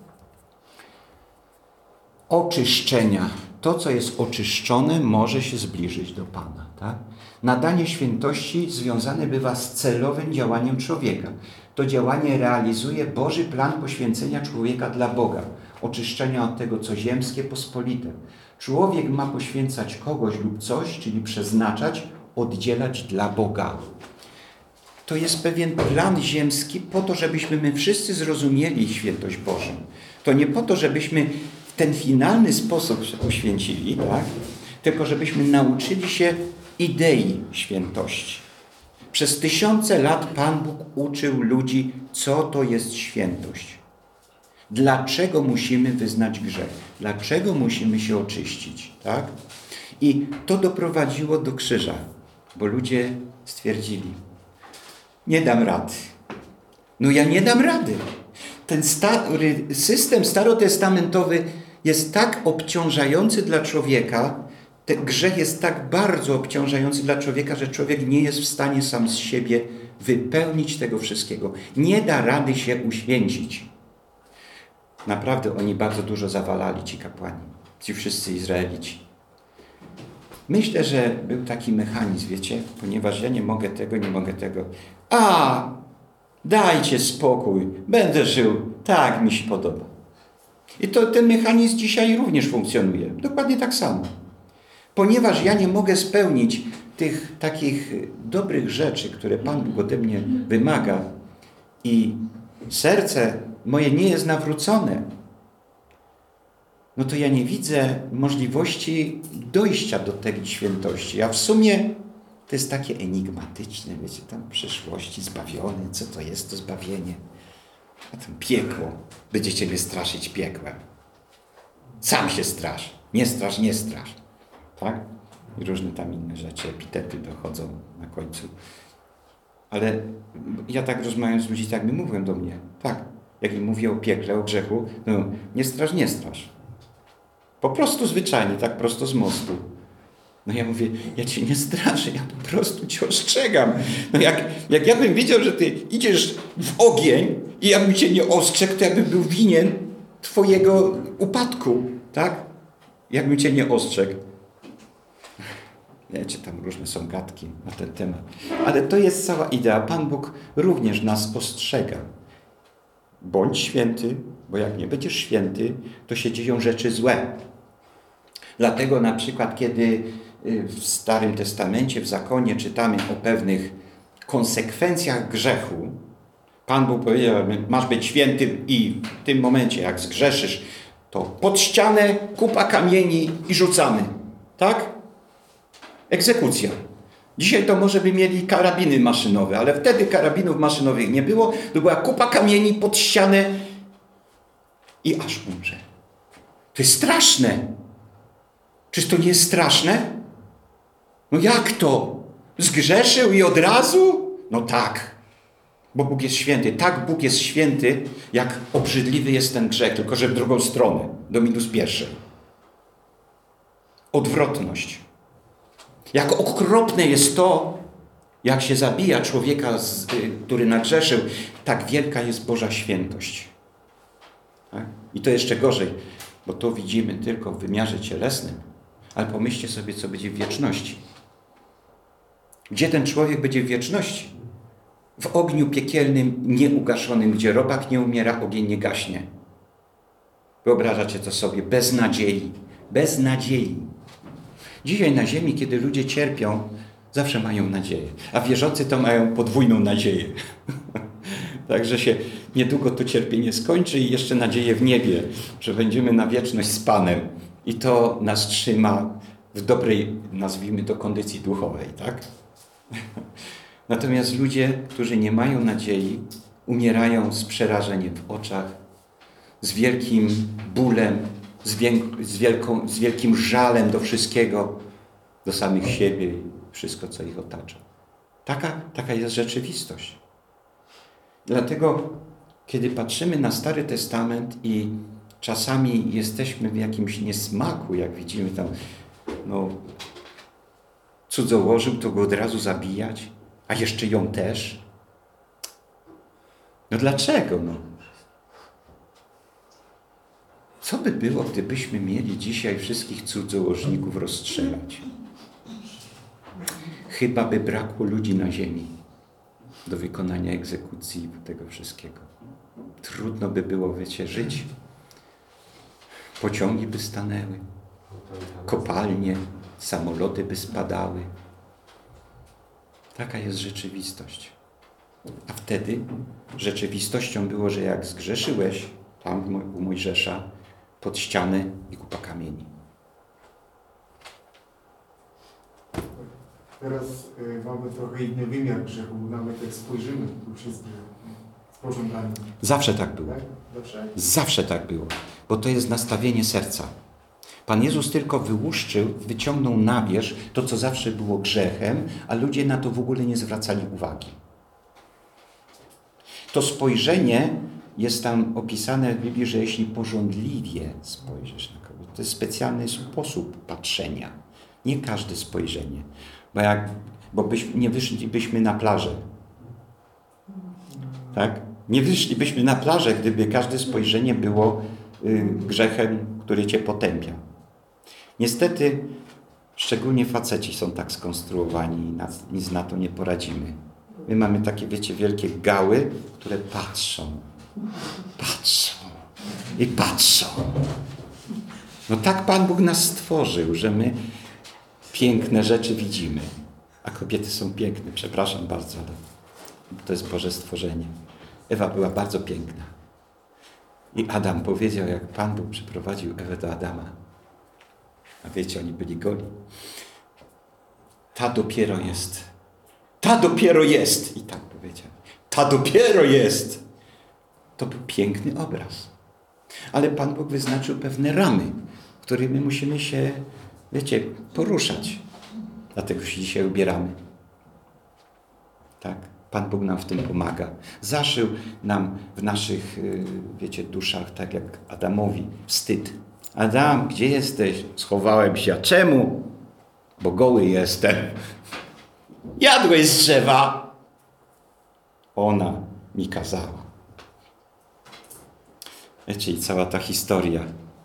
Oczyszczenia. To, co jest oczyszczone, może się zbliżyć do Pana. Tak? Nadanie świętości związane bywa z celowym działaniem człowieka. To działanie realizuje Boży plan poświęcenia człowieka dla Boga. Oczyszczenia od tego, co ziemskie, pospolite. Człowiek ma poświęcać kogoś lub coś, czyli przeznaczać, oddzielać dla Boga. To jest pewien plan ziemski po to, żebyśmy my wszyscy zrozumieli świętość Bożą. To nie po to, żebyśmy w ten finalny sposób się poświęcili, tak? Tylko żebyśmy nauczyli się idei świętości. Przez tysiące lat Pan Bóg uczył ludzi, co to jest świętość. Dlaczego musimy wyznać grzech? Dlaczego musimy się oczyścić? Tak? I to doprowadziło do krzyża, bo ludzie stwierdzili, nie dam rady. No ja nie dam rady. Ten system starotestamentowy jest tak obciążający dla człowieka, ten grzech jest tak bardzo obciążający dla człowieka, że człowiek nie jest w stanie sam z siebie wypełnić tego wszystkiego. Nie da rady się uświęcić. Naprawdę oni bardzo dużo zawalali, ci kapłani, ci wszyscy Izraelici. Myślę, że był taki mechanizm, wiecie, ponieważ ja nie mogę tego. Dajcie spokój, będę żył, tak mi się podoba. I ten mechanizm dzisiaj również funkcjonuje, dokładnie tak samo. Ponieważ ja nie mogę spełnić tych takich dobrych rzeczy, które Pan Bóg ode mnie wymaga i serce moje nie jest nawrócone, no to ja nie widzę możliwości dojścia do tej świętości. A w sumie to jest takie enigmatyczne, wiecie, tam w przyszłości zbawiony, co to jest to zbawienie? A tam piekło, będziecie mnie straszyć piekłem. Sam się strasz, nie strasz, nie strasz. Tak? I różne tam inne rzeczy, epitety dochodzą na końcu. Ale ja tak rozmawiam z ludźmi, tak mi mówią do mnie. Tak, jak im mówię o piekle, o grzechu, no nie strasz, nie strasz. Po prostu zwyczajnie, tak prosto z mostu. No ja mówię, ja cię nie straszę, ja po prostu cię ostrzegam. No jak ja bym wiedział, że ty idziesz w ogień i ja bym cię nie ostrzegł, to ja bym był winien twojego upadku, tak? Jakbym cię nie ostrzegł. Wiecie, tam różne są gadki na ten temat. Ale to jest cała idea. Pan Bóg również nas ostrzega. Bądź święty, bo jak nie będziesz święty, to się dzieją rzeczy złe. Dlatego na przykład, kiedy w Starym Testamencie, w zakonie czytamy o pewnych konsekwencjach grzechu, Pan Bóg powiedział, masz być święty i w tym momencie, jak zgrzeszysz, to pod ścianę kupa kamieni i rzucamy. Tak? Egzekucja. Dzisiaj to może by mieli karabiny maszynowe, ale wtedy karabinów maszynowych nie było. To była kupa kamieni pod ścianę i aż umrze. To jest straszne. Czyż to nie jest straszne? No jak to? Zgrzeszył i od razu? No tak. Bo Bóg jest święty. Tak, Bóg jest święty, jak obrzydliwy jest ten grzech, tylko że w drugą stronę, do -1. Odwrotność. Jak okropne jest to, jak się zabija człowieka, który nagrzeszył, tak wielka jest Boża świętość. Tak? I to jeszcze gorzej, bo to widzimy tylko w wymiarze cielesnym, ale pomyślcie sobie, co będzie w wieczności. Gdzie ten człowiek będzie w wieczności? W ogniu piekielnym, nieugaszonym, gdzie robak nie umiera, ogień nie gaśnie. Wyobrażacie to sobie? Bez nadziei. Bez nadziei. Dzisiaj na ziemi, kiedy ludzie cierpią, zawsze mają nadzieję. A wierzący to mają podwójną nadzieję. Także się niedługo to cierpienie skończy i jeszcze nadzieję w niebie, że będziemy na wieczność z Panem. I to nas trzyma w dobrej, nazwijmy to, kondycji duchowej, tak? Natomiast ludzie, którzy nie mają nadziei, umierają z przerażeniem w oczach, z wielkim bólem, z wielkim żalem do wszystkiego, do samych siebie i wszystko, co ich otacza. Taka jest rzeczywistość. Dlatego, kiedy patrzymy na Stary Testament i czasami jesteśmy w jakimś niesmaku, jak widzimy tam, cudzołożył, to go od razu zabijać, a jeszcze ją też. No dlaczego? Co by było, gdybyśmy mieli dzisiaj wszystkich cudzołożników rozstrzelać? Chyba by brakło ludzi na ziemi do wykonania egzekucji tego wszystkiego. Trudno by było, żyć. Pociągi by stanęły, kopalnie, samoloty by spadały. Taka jest rzeczywistość. A wtedy rzeczywistością było, że jak zgrzeszyłeś tam u Mojżesza, pod ścianę i kupa kamieni. Teraz mamy trochę inny wymiar grzechu, nawet jak spojrzymy, to już jest pożądanie. Zawsze tak było. Tak? Zawsze? Zawsze tak było, bo to jest nastawienie serca. Pan Jezus tylko wyciągnął na wierzch to, co zawsze było grzechem, a ludzie na to w ogóle nie zwracali uwagi. To spojrzenie jest tam opisane w Biblii, że jeśli pożądliwie spojrzysz na kogoś, to jest specjalny sposób patrzenia. Nie każde spojrzenie. Bo nie wyszlibyśmy na plażę. Tak? Nie wyszlibyśmy na plażę, gdyby każde spojrzenie było grzechem, który cię potępia. Niestety, szczególnie faceci są tak skonstruowani i nic na to nie poradzimy. My mamy takie, wielkie gały, które patrzą i patrzą. No tak Pan Bóg nas stworzył, że my piękne rzeczy widzimy. A kobiety są piękne, przepraszam bardzo, ale to jest Boże stworzenie. Ewa była bardzo piękna. I Adam powiedział, jak Pan Bóg przyprowadził Ewę do Adama. A wiecie, oni byli goli. Ta dopiero jest. Ta dopiero jest. I tak powiedział. Ta dopiero jest. To był piękny obraz. Ale Pan Bóg wyznaczył pewne ramy, którymi musimy się, poruszać. Dlatego się dzisiaj ubieramy. Tak? Pan Bóg nam w tym pomaga. Zaszył nam w naszych, duszach, tak jak Adamowi, wstyd. Adam, gdzie jesteś? Schowałem się. A czemu? Bo goły jestem. Jadłeś z drzewa. Ona mi kazała. Wiecie, i cała ta historia.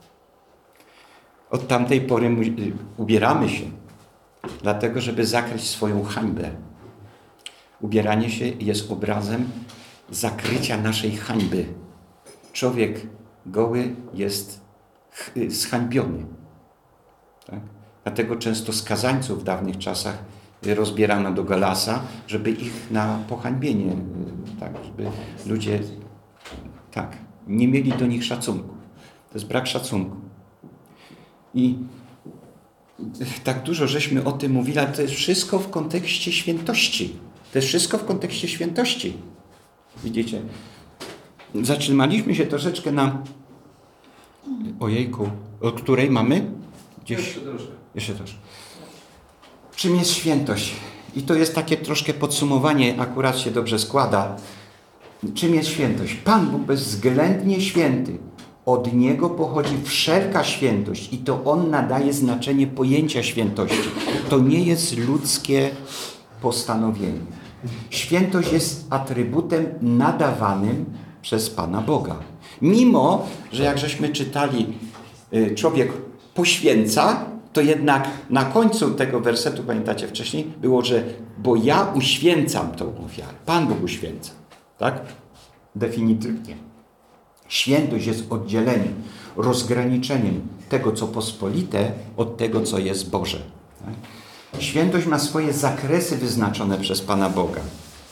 Od tamtej pory ubieramy się, dlatego żeby zakryć swoją hańbę. Ubieranie się jest obrazem zakrycia naszej hańby. Człowiek goły jest zhańbiony. Tak? Dlatego często skazańców w dawnych czasach rozbierano do galasa, żeby ich na pohańbienie, tak, żeby ludzie nie mieli do nich szacunku. To jest brak szacunku. I tak dużo żeśmy o tym mówili, ale to jest wszystko w kontekście świętości. To jest wszystko w kontekście świętości. Widzicie? Zatrzymaliśmy się troszeczkę na... Ojejku, od której mamy? Gdzieś... Jeszcze troszkę. Czym jest świętość? I to jest takie troszkę podsumowanie, akurat się dobrze składa. Czym jest świętość? Pan Bóg bezwzględnie święty. Od Niego pochodzi wszelka świętość i to On nadaje znaczenie pojęcia świętości. To nie jest ludzkie postanowienie. Świętość jest atrybutem nadawanym przez Pana Boga. Mimo, że jak żeśmy czytali, człowiek poświęca, to jednak na końcu tego wersetu, pamiętacie wcześniej, było, że bo ja uświęcam tą ofiarę. Pan Bóg uświęca. Tak? Definitywnie. Świętość jest oddzieleniem, rozgraniczeniem tego, co pospolite, od tego, co jest Boże. Tak? Świętość ma swoje zakresy wyznaczone przez Pana Boga.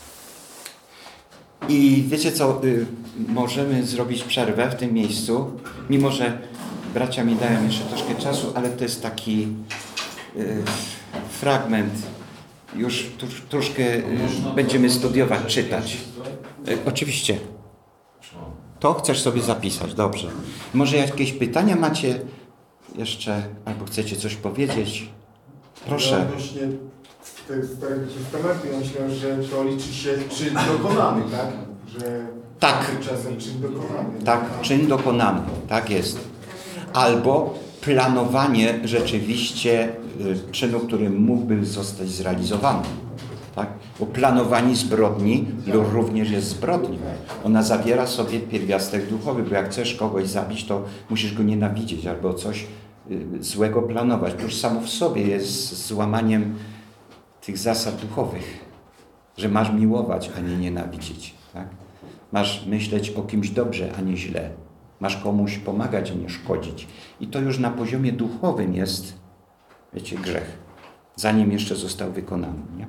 I wiecie co, możemy zrobić przerwę w tym miejscu, mimo że bracia mi dają jeszcze troszkę czasu, ale to jest taki fragment, już troszkę będziemy studiować, czytać. Oczywiście. To chcesz sobie zapisać, dobrze. Może jakieś pytania macie jeszcze, albo chcecie coś powiedzieć? Proszę. No właśnie Starego Testamentu, ja myślałem, że to liczy się czyn dokonany, tak? Że Tak. czasem czyn dokonany. Tak, czyn dokonany, tak jest. Albo planowanie rzeczywiście czynu, który mógłby zostać zrealizowany. Tak? Bo planowanie zbrodni również jest zbrodnią. Ona zawiera sobie pierwiastek duchowy, bo jak chcesz kogoś zabić, to musisz go nienawidzieć albo coś złego planować. To już samo w sobie jest złamaniem tych zasad duchowych, że masz miłować, a nie nienawidzieć. Tak? Masz myśleć o kimś dobrze, a nie źle. Masz komuś pomagać, a nie szkodzić. I to już na poziomie duchowym jest, wiecie, grzech. Zanim jeszcze został wykonany. Nie?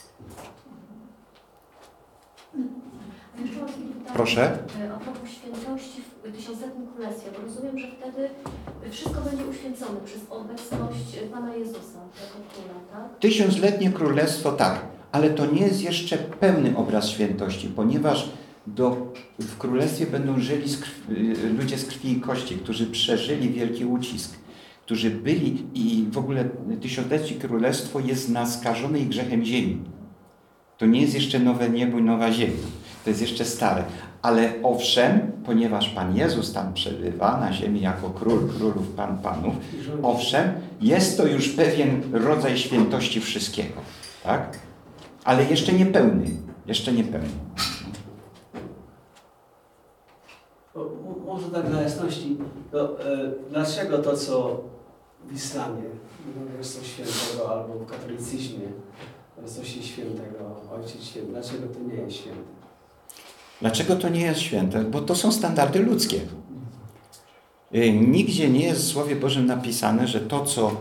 Proszę. A propos świętości w tysiącletnim królestwie, bo rozumiem, że wtedy wszystko będzie uświęcone przez obecność Pana Jezusa jako króla, tak? Tysiącletnie królestwo tak, ale to nie jest jeszcze pełny obraz świętości, ponieważ w królestwie będą żyli ludzie z krwi i kości, którzy przeżyli wielki ucisk, którzy byli i w ogóle tysiącletnie królestwo jest na skażonej grzechem ziemi. To nie jest jeszcze nowe niebo i nowa ziemia. To jest jeszcze stare. Ale owszem, ponieważ Pan Jezus tam przebywa na ziemi jako król królów, Pan panów, owszem, jest to już pewien rodzaj świętości wszystkiego. Tak? Ale jeszcze nie pełny. Jeszcze nie pełny. Może tak dla jasności, dlaczego to, co w islamie jest coś świętego, albo w katolicyzmie jest coś świętego, Ojciec Święty, dlaczego to nie jest święte? Dlaczego to nie jest święte? Bo to są standardy ludzkie. Nigdzie nie jest w Słowie Bożym napisane, że to, co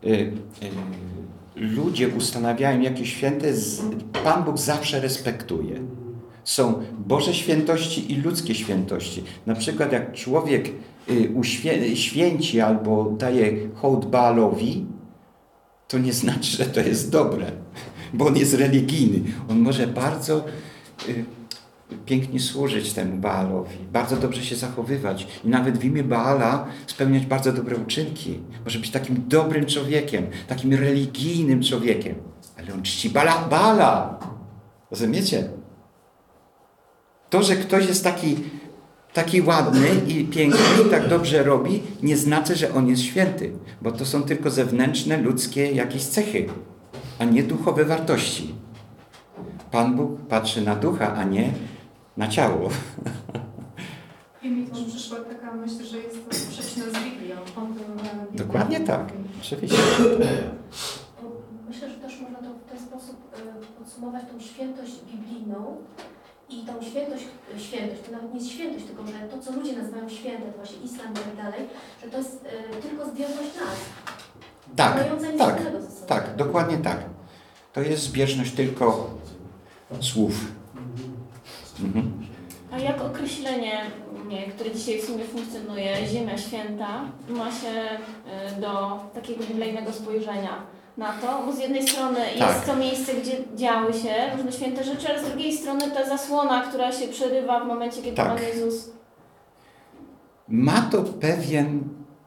ludzie ustanawiają jakieś święte, Pan Bóg zawsze respektuje. Są Boże świętości i ludzkie świętości. Na przykład jak człowiek święci albo daje hołd Baalowi, to nie znaczy, że to jest dobre, bo on jest religijny. On może bardzo pięknie służyć temu Baalowi, bardzo dobrze się zachowywać i nawet w imię Baala spełniać bardzo dobre uczynki. Może być takim dobrym człowiekiem, takim religijnym człowiekiem, ale on czci Baala. Rozumiecie? To, że ktoś jest taki taki ładny i piękny i tak dobrze robi, nie znaczy, że on jest święty, bo to są tylko zewnętrzne, ludzkie jakieś cechy, a nie duchowe wartości. Pan Bóg patrzy na ducha, a nie na ciało. I mi tu przyszła taka myśl, że jest to sprzeczne z Biblią. Dokładnie tak, oczywiście. Myślę, że też można to w ten sposób podsumować tą świętość biblijną i tą świętość, to nawet nie jest świętość, tylko że to, co ludzie nazywają święte, to właśnie islam i tak dalej, że to jest tylko zbieżność nas. Tak, Mająca nic tak, wspólnego ze sobą. tak, dokładnie tak. To jest zbieżność tylko słów. Mhm. A jak określenie, które dzisiaj w sumie funkcjonuje, Ziemia Święta, ma się do takiego biblijnego spojrzenia na to? Bo z jednej strony Tak. jest to miejsce, gdzie działy się różne święte rzeczy, ale z drugiej strony ta zasłona, która się przerywa w momencie, kiedy Tak. Pan Jezus... Ma to pewien,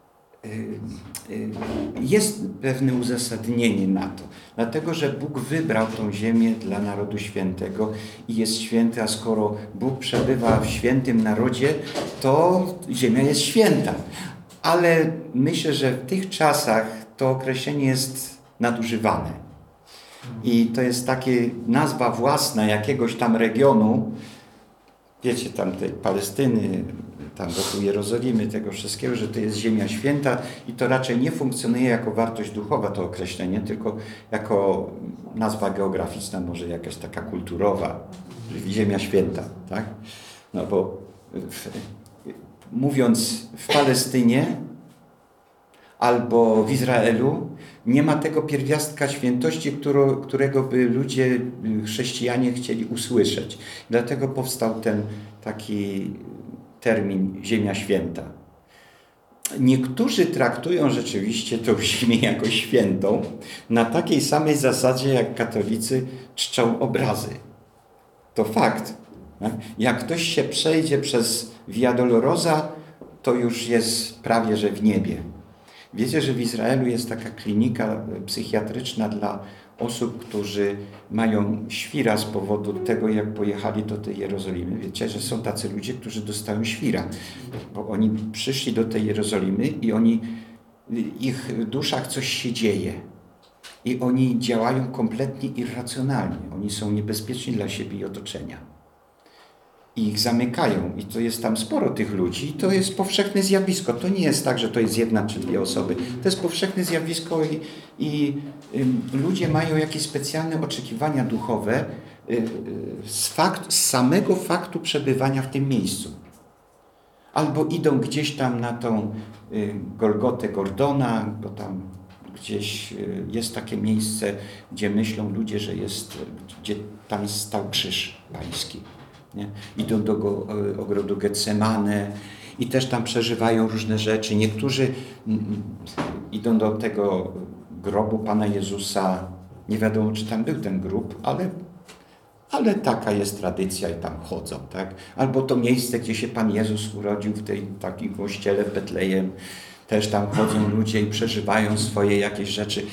jest pewne uzasadnienie na to. Dlatego, że Bóg wybrał tą ziemię dla narodu świętego i jest święty, a skoro Bóg przebywa w świętym narodzie, to ziemia jest święta. Ale myślę, że w tych czasach to określenie jest nadużywane. I to jest takie nazwa własna jakiegoś tam regionu, wiecie, tam tej Palestyny, tam wokół Jerozolimy, tego wszystkiego, że to jest ziemia święta i to raczej nie funkcjonuje jako wartość duchowa to określenie, tylko jako nazwa geograficzna, może jakaś taka kulturowa, ziemia święta, tak? No bo mówiąc w Palestynie albo w Izraelu, nie ma tego pierwiastka świętości, którego by ludzie, chrześcijanie chcieli usłyszeć. Dlatego powstał ten taki termin Ziemia Święta. Niektórzy traktują rzeczywiście tą ziemię jako świętą na takiej samej zasadzie, jak katolicy czczą obrazy. To fakt. Tak? Jak ktoś się przejdzie przez Via Dolorosa, to już jest prawie że w niebie. Wiecie, że w Izraelu jest taka klinika psychiatryczna dla osób, którzy mają świra z powodu tego, jak pojechali do tej Jerozolimy. Wiecie, że są tacy ludzie, którzy dostają świra, bo oni przyszli do tej Jerozolimy i ich duszach coś się dzieje. I oni działają kompletnie irracjonalnie. Oni są niebezpieczni dla siebie i otoczenia. I ich zamykają. I to jest tam sporo tych ludzi. I to jest powszechne zjawisko. To nie jest tak, że to jest jedna czy dwie osoby. To jest powszechne zjawisko i ludzie mają jakieś specjalne oczekiwania duchowe z samego faktu przebywania w tym miejscu. Albo idą gdzieś tam na tą Golgotę Gordona, bo tam gdzieś jest takie miejsce, gdzie myślą ludzie, że gdzie tam stał krzyż pański. Nie? Idą do ogrodu Getsemane i też tam przeżywają różne rzeczy. Niektórzy idą do tego grobu Pana Jezusa. Nie wiadomo, czy tam był ten grób, ale taka jest tradycja i tam chodzą. Tak? Albo to miejsce, gdzie się Pan Jezus urodził w takim kościele w Betlejem. Też tam chodzą ludzie i przeżywają swoje jakieś rzeczy.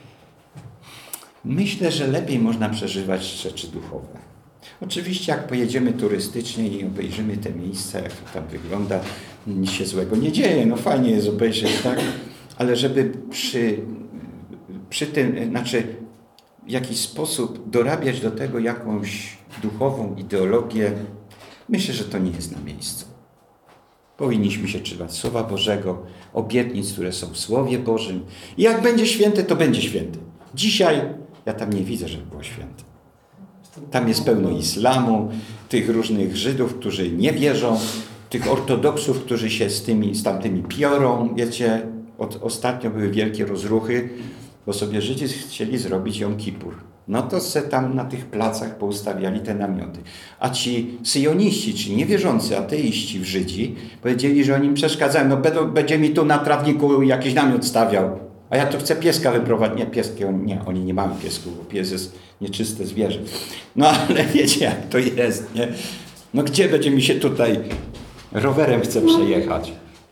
Myślę, że lepiej można przeżywać rzeczy duchowe. Oczywiście jak pojedziemy turystycznie i obejrzymy te miejsca, jak to tam wygląda, nic się złego nie dzieje, no fajnie jest obejrzeć, tak? Ale żeby przy tym, w jakiś sposób dorabiać do tego jakąś duchową ideologię, myślę, że to nie jest na miejscu. Powinniśmy się trzymać Słowa Bożego, obietnic, które są w Słowie Bożym. I jak będzie święte, to będzie święte. Dzisiaj ja tam nie widzę, żeby było święte. Tam jest pełno islamu, tych różnych Żydów, którzy nie wierzą, tych ortodoksów, którzy się z tamtymi piorą. Wiecie, ostatnio były wielkie rozruchy, bo sobie Żydzi chcieli zrobić Jom Kippur. No to se tam na tych placach poustawiali te namioty. A ci syjoniści, czyli niewierzący ateiści w Żydzi, powiedzieli, że oni im przeszkadzają. No będzie mi tu na trawniku jakiś namiot stawiał. A ja tu chcę pieska wyprowadzić. Nie, pieski, oni nie mają piesków, bo pies jest nieczyste zwierzę. No ale wiecie, jak to jest, nie? No gdzie będzie mi się tutaj rowerem chce przejechać?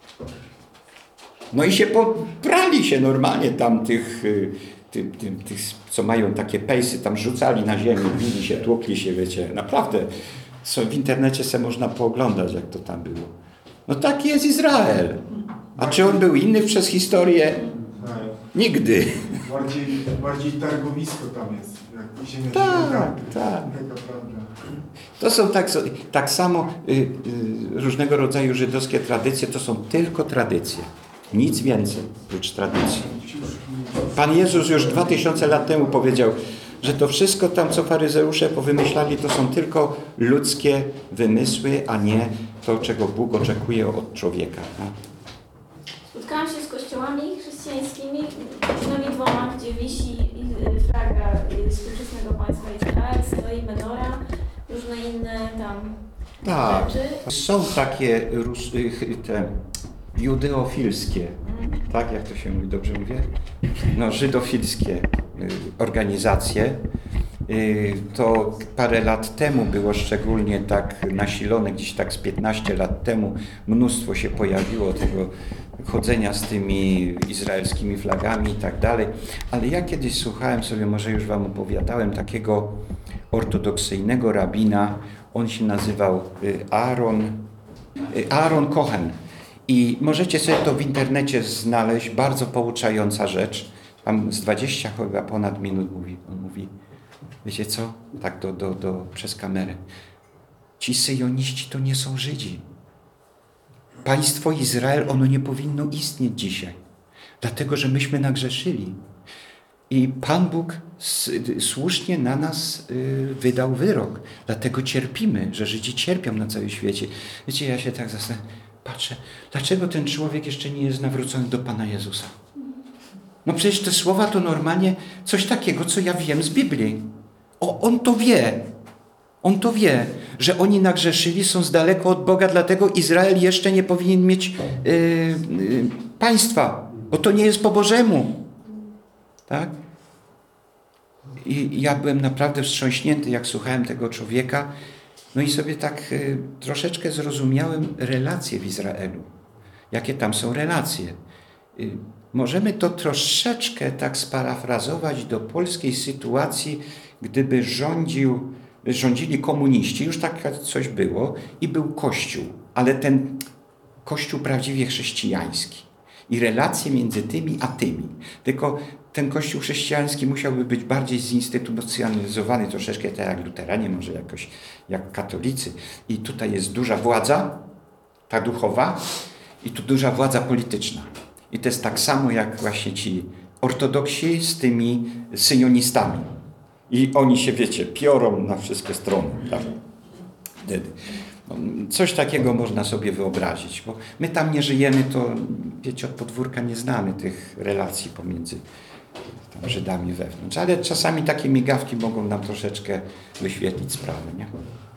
No i się pobrali się normalnie tam tych, co mają takie pejsy, tam rzucali na ziemię, bili się, tłukli się, wiecie, naprawdę. w internecie se można pooglądać, jak to tam było. No taki jest Izrael. A czy on był inny przez historię? Tak. Nigdy. Bardziej targowisko tam jest. Jak ziemia Tak, święta. tak. Taka prawda. To są tak samo różnego rodzaju żydowskie tradycje, to są tylko tradycje. Nic więcej oprócz tradycji. Pan Jezus już 2000 lat temu powiedział, że to wszystko tam, co faryzeusze powymyślali, to są tylko ludzkie wymysły, a nie to, czego Bóg oczekuje od człowieka. No. Spotkałam się z kościołami chrześcijańskimi, przynajmniej 2, gdzie wisi flaga współczesnego państwa Izrael, stoi menora, różne inne tam Tak. rzeczy. Są takie te judeofilskie, tak jak to się mówi, dobrze mówię? No, żydofilskie organizacje. To parę lat temu było szczególnie tak nasilone, gdzieś tak z 15 lat temu mnóstwo się pojawiło tego chodzenia z tymi izraelskimi flagami i tak dalej. Ale ja kiedyś słuchałem sobie, może już wam opowiadałem, takiego ortodoksyjnego rabina. On się nazywał Aaron Cohen. I możecie sobie to w internecie znaleźć, bardzo pouczająca rzecz. Tam z 20 chyba ponad minut mówi. On mówi, wiecie co? Tak przez kamerę. Ci syjoniści to nie są Żydzi. Państwo Izrael, ono nie powinno istnieć dzisiaj. Dlatego, że myśmy nagrzeszyli. I Pan Bóg słusznie na nas wydał wyrok. Dlatego cierpimy, że Żydzi cierpią na całym świecie. Wiecie, ja się tak zastanawiam, patrzę, dlaczego ten człowiek jeszcze nie jest nawrócony do Pana Jezusa? No przecież te słowa to normalnie coś takiego, co ja wiem z Biblii. On to wie. On to wie, że oni nagrzeszyli, są z daleko od Boga, dlatego Izrael jeszcze nie powinien mieć państwa, bo to nie jest po Bożemu. Tak? I ja byłem naprawdę wstrząśnięty, jak słuchałem tego człowieka. No i sobie tak troszeczkę zrozumiałem relacje w Izraelu. Jakie tam są relacje. Możemy to troszeczkę tak sparafrazować do polskiej sytuacji, gdyby rządzili komuniści, już tak coś było i był Kościół, ale ten Kościół prawdziwie chrześcijański i relacje między tymi a tymi. Tylko ten Kościół chrześcijański musiałby być bardziej zinstytucjonalizowany, troszeczkę tak jak luteranie, może jakoś jak katolicy. I tutaj jest duża władza, ta duchowa, i tu duża władza polityczna. I to jest tak samo jak właśnie ci ortodoksi z tymi syjonistami. I oni się, wiecie, piorą na wszystkie strony. Tak? Wtedy. No, coś takiego można sobie wyobrazić, bo my tam nie żyjemy, to wiecie, od podwórka nie znamy tych relacji pomiędzy tam Żydami wewnątrz. Ale czasami takie migawki mogą nam troszeczkę wyświetlić sprawę, nie?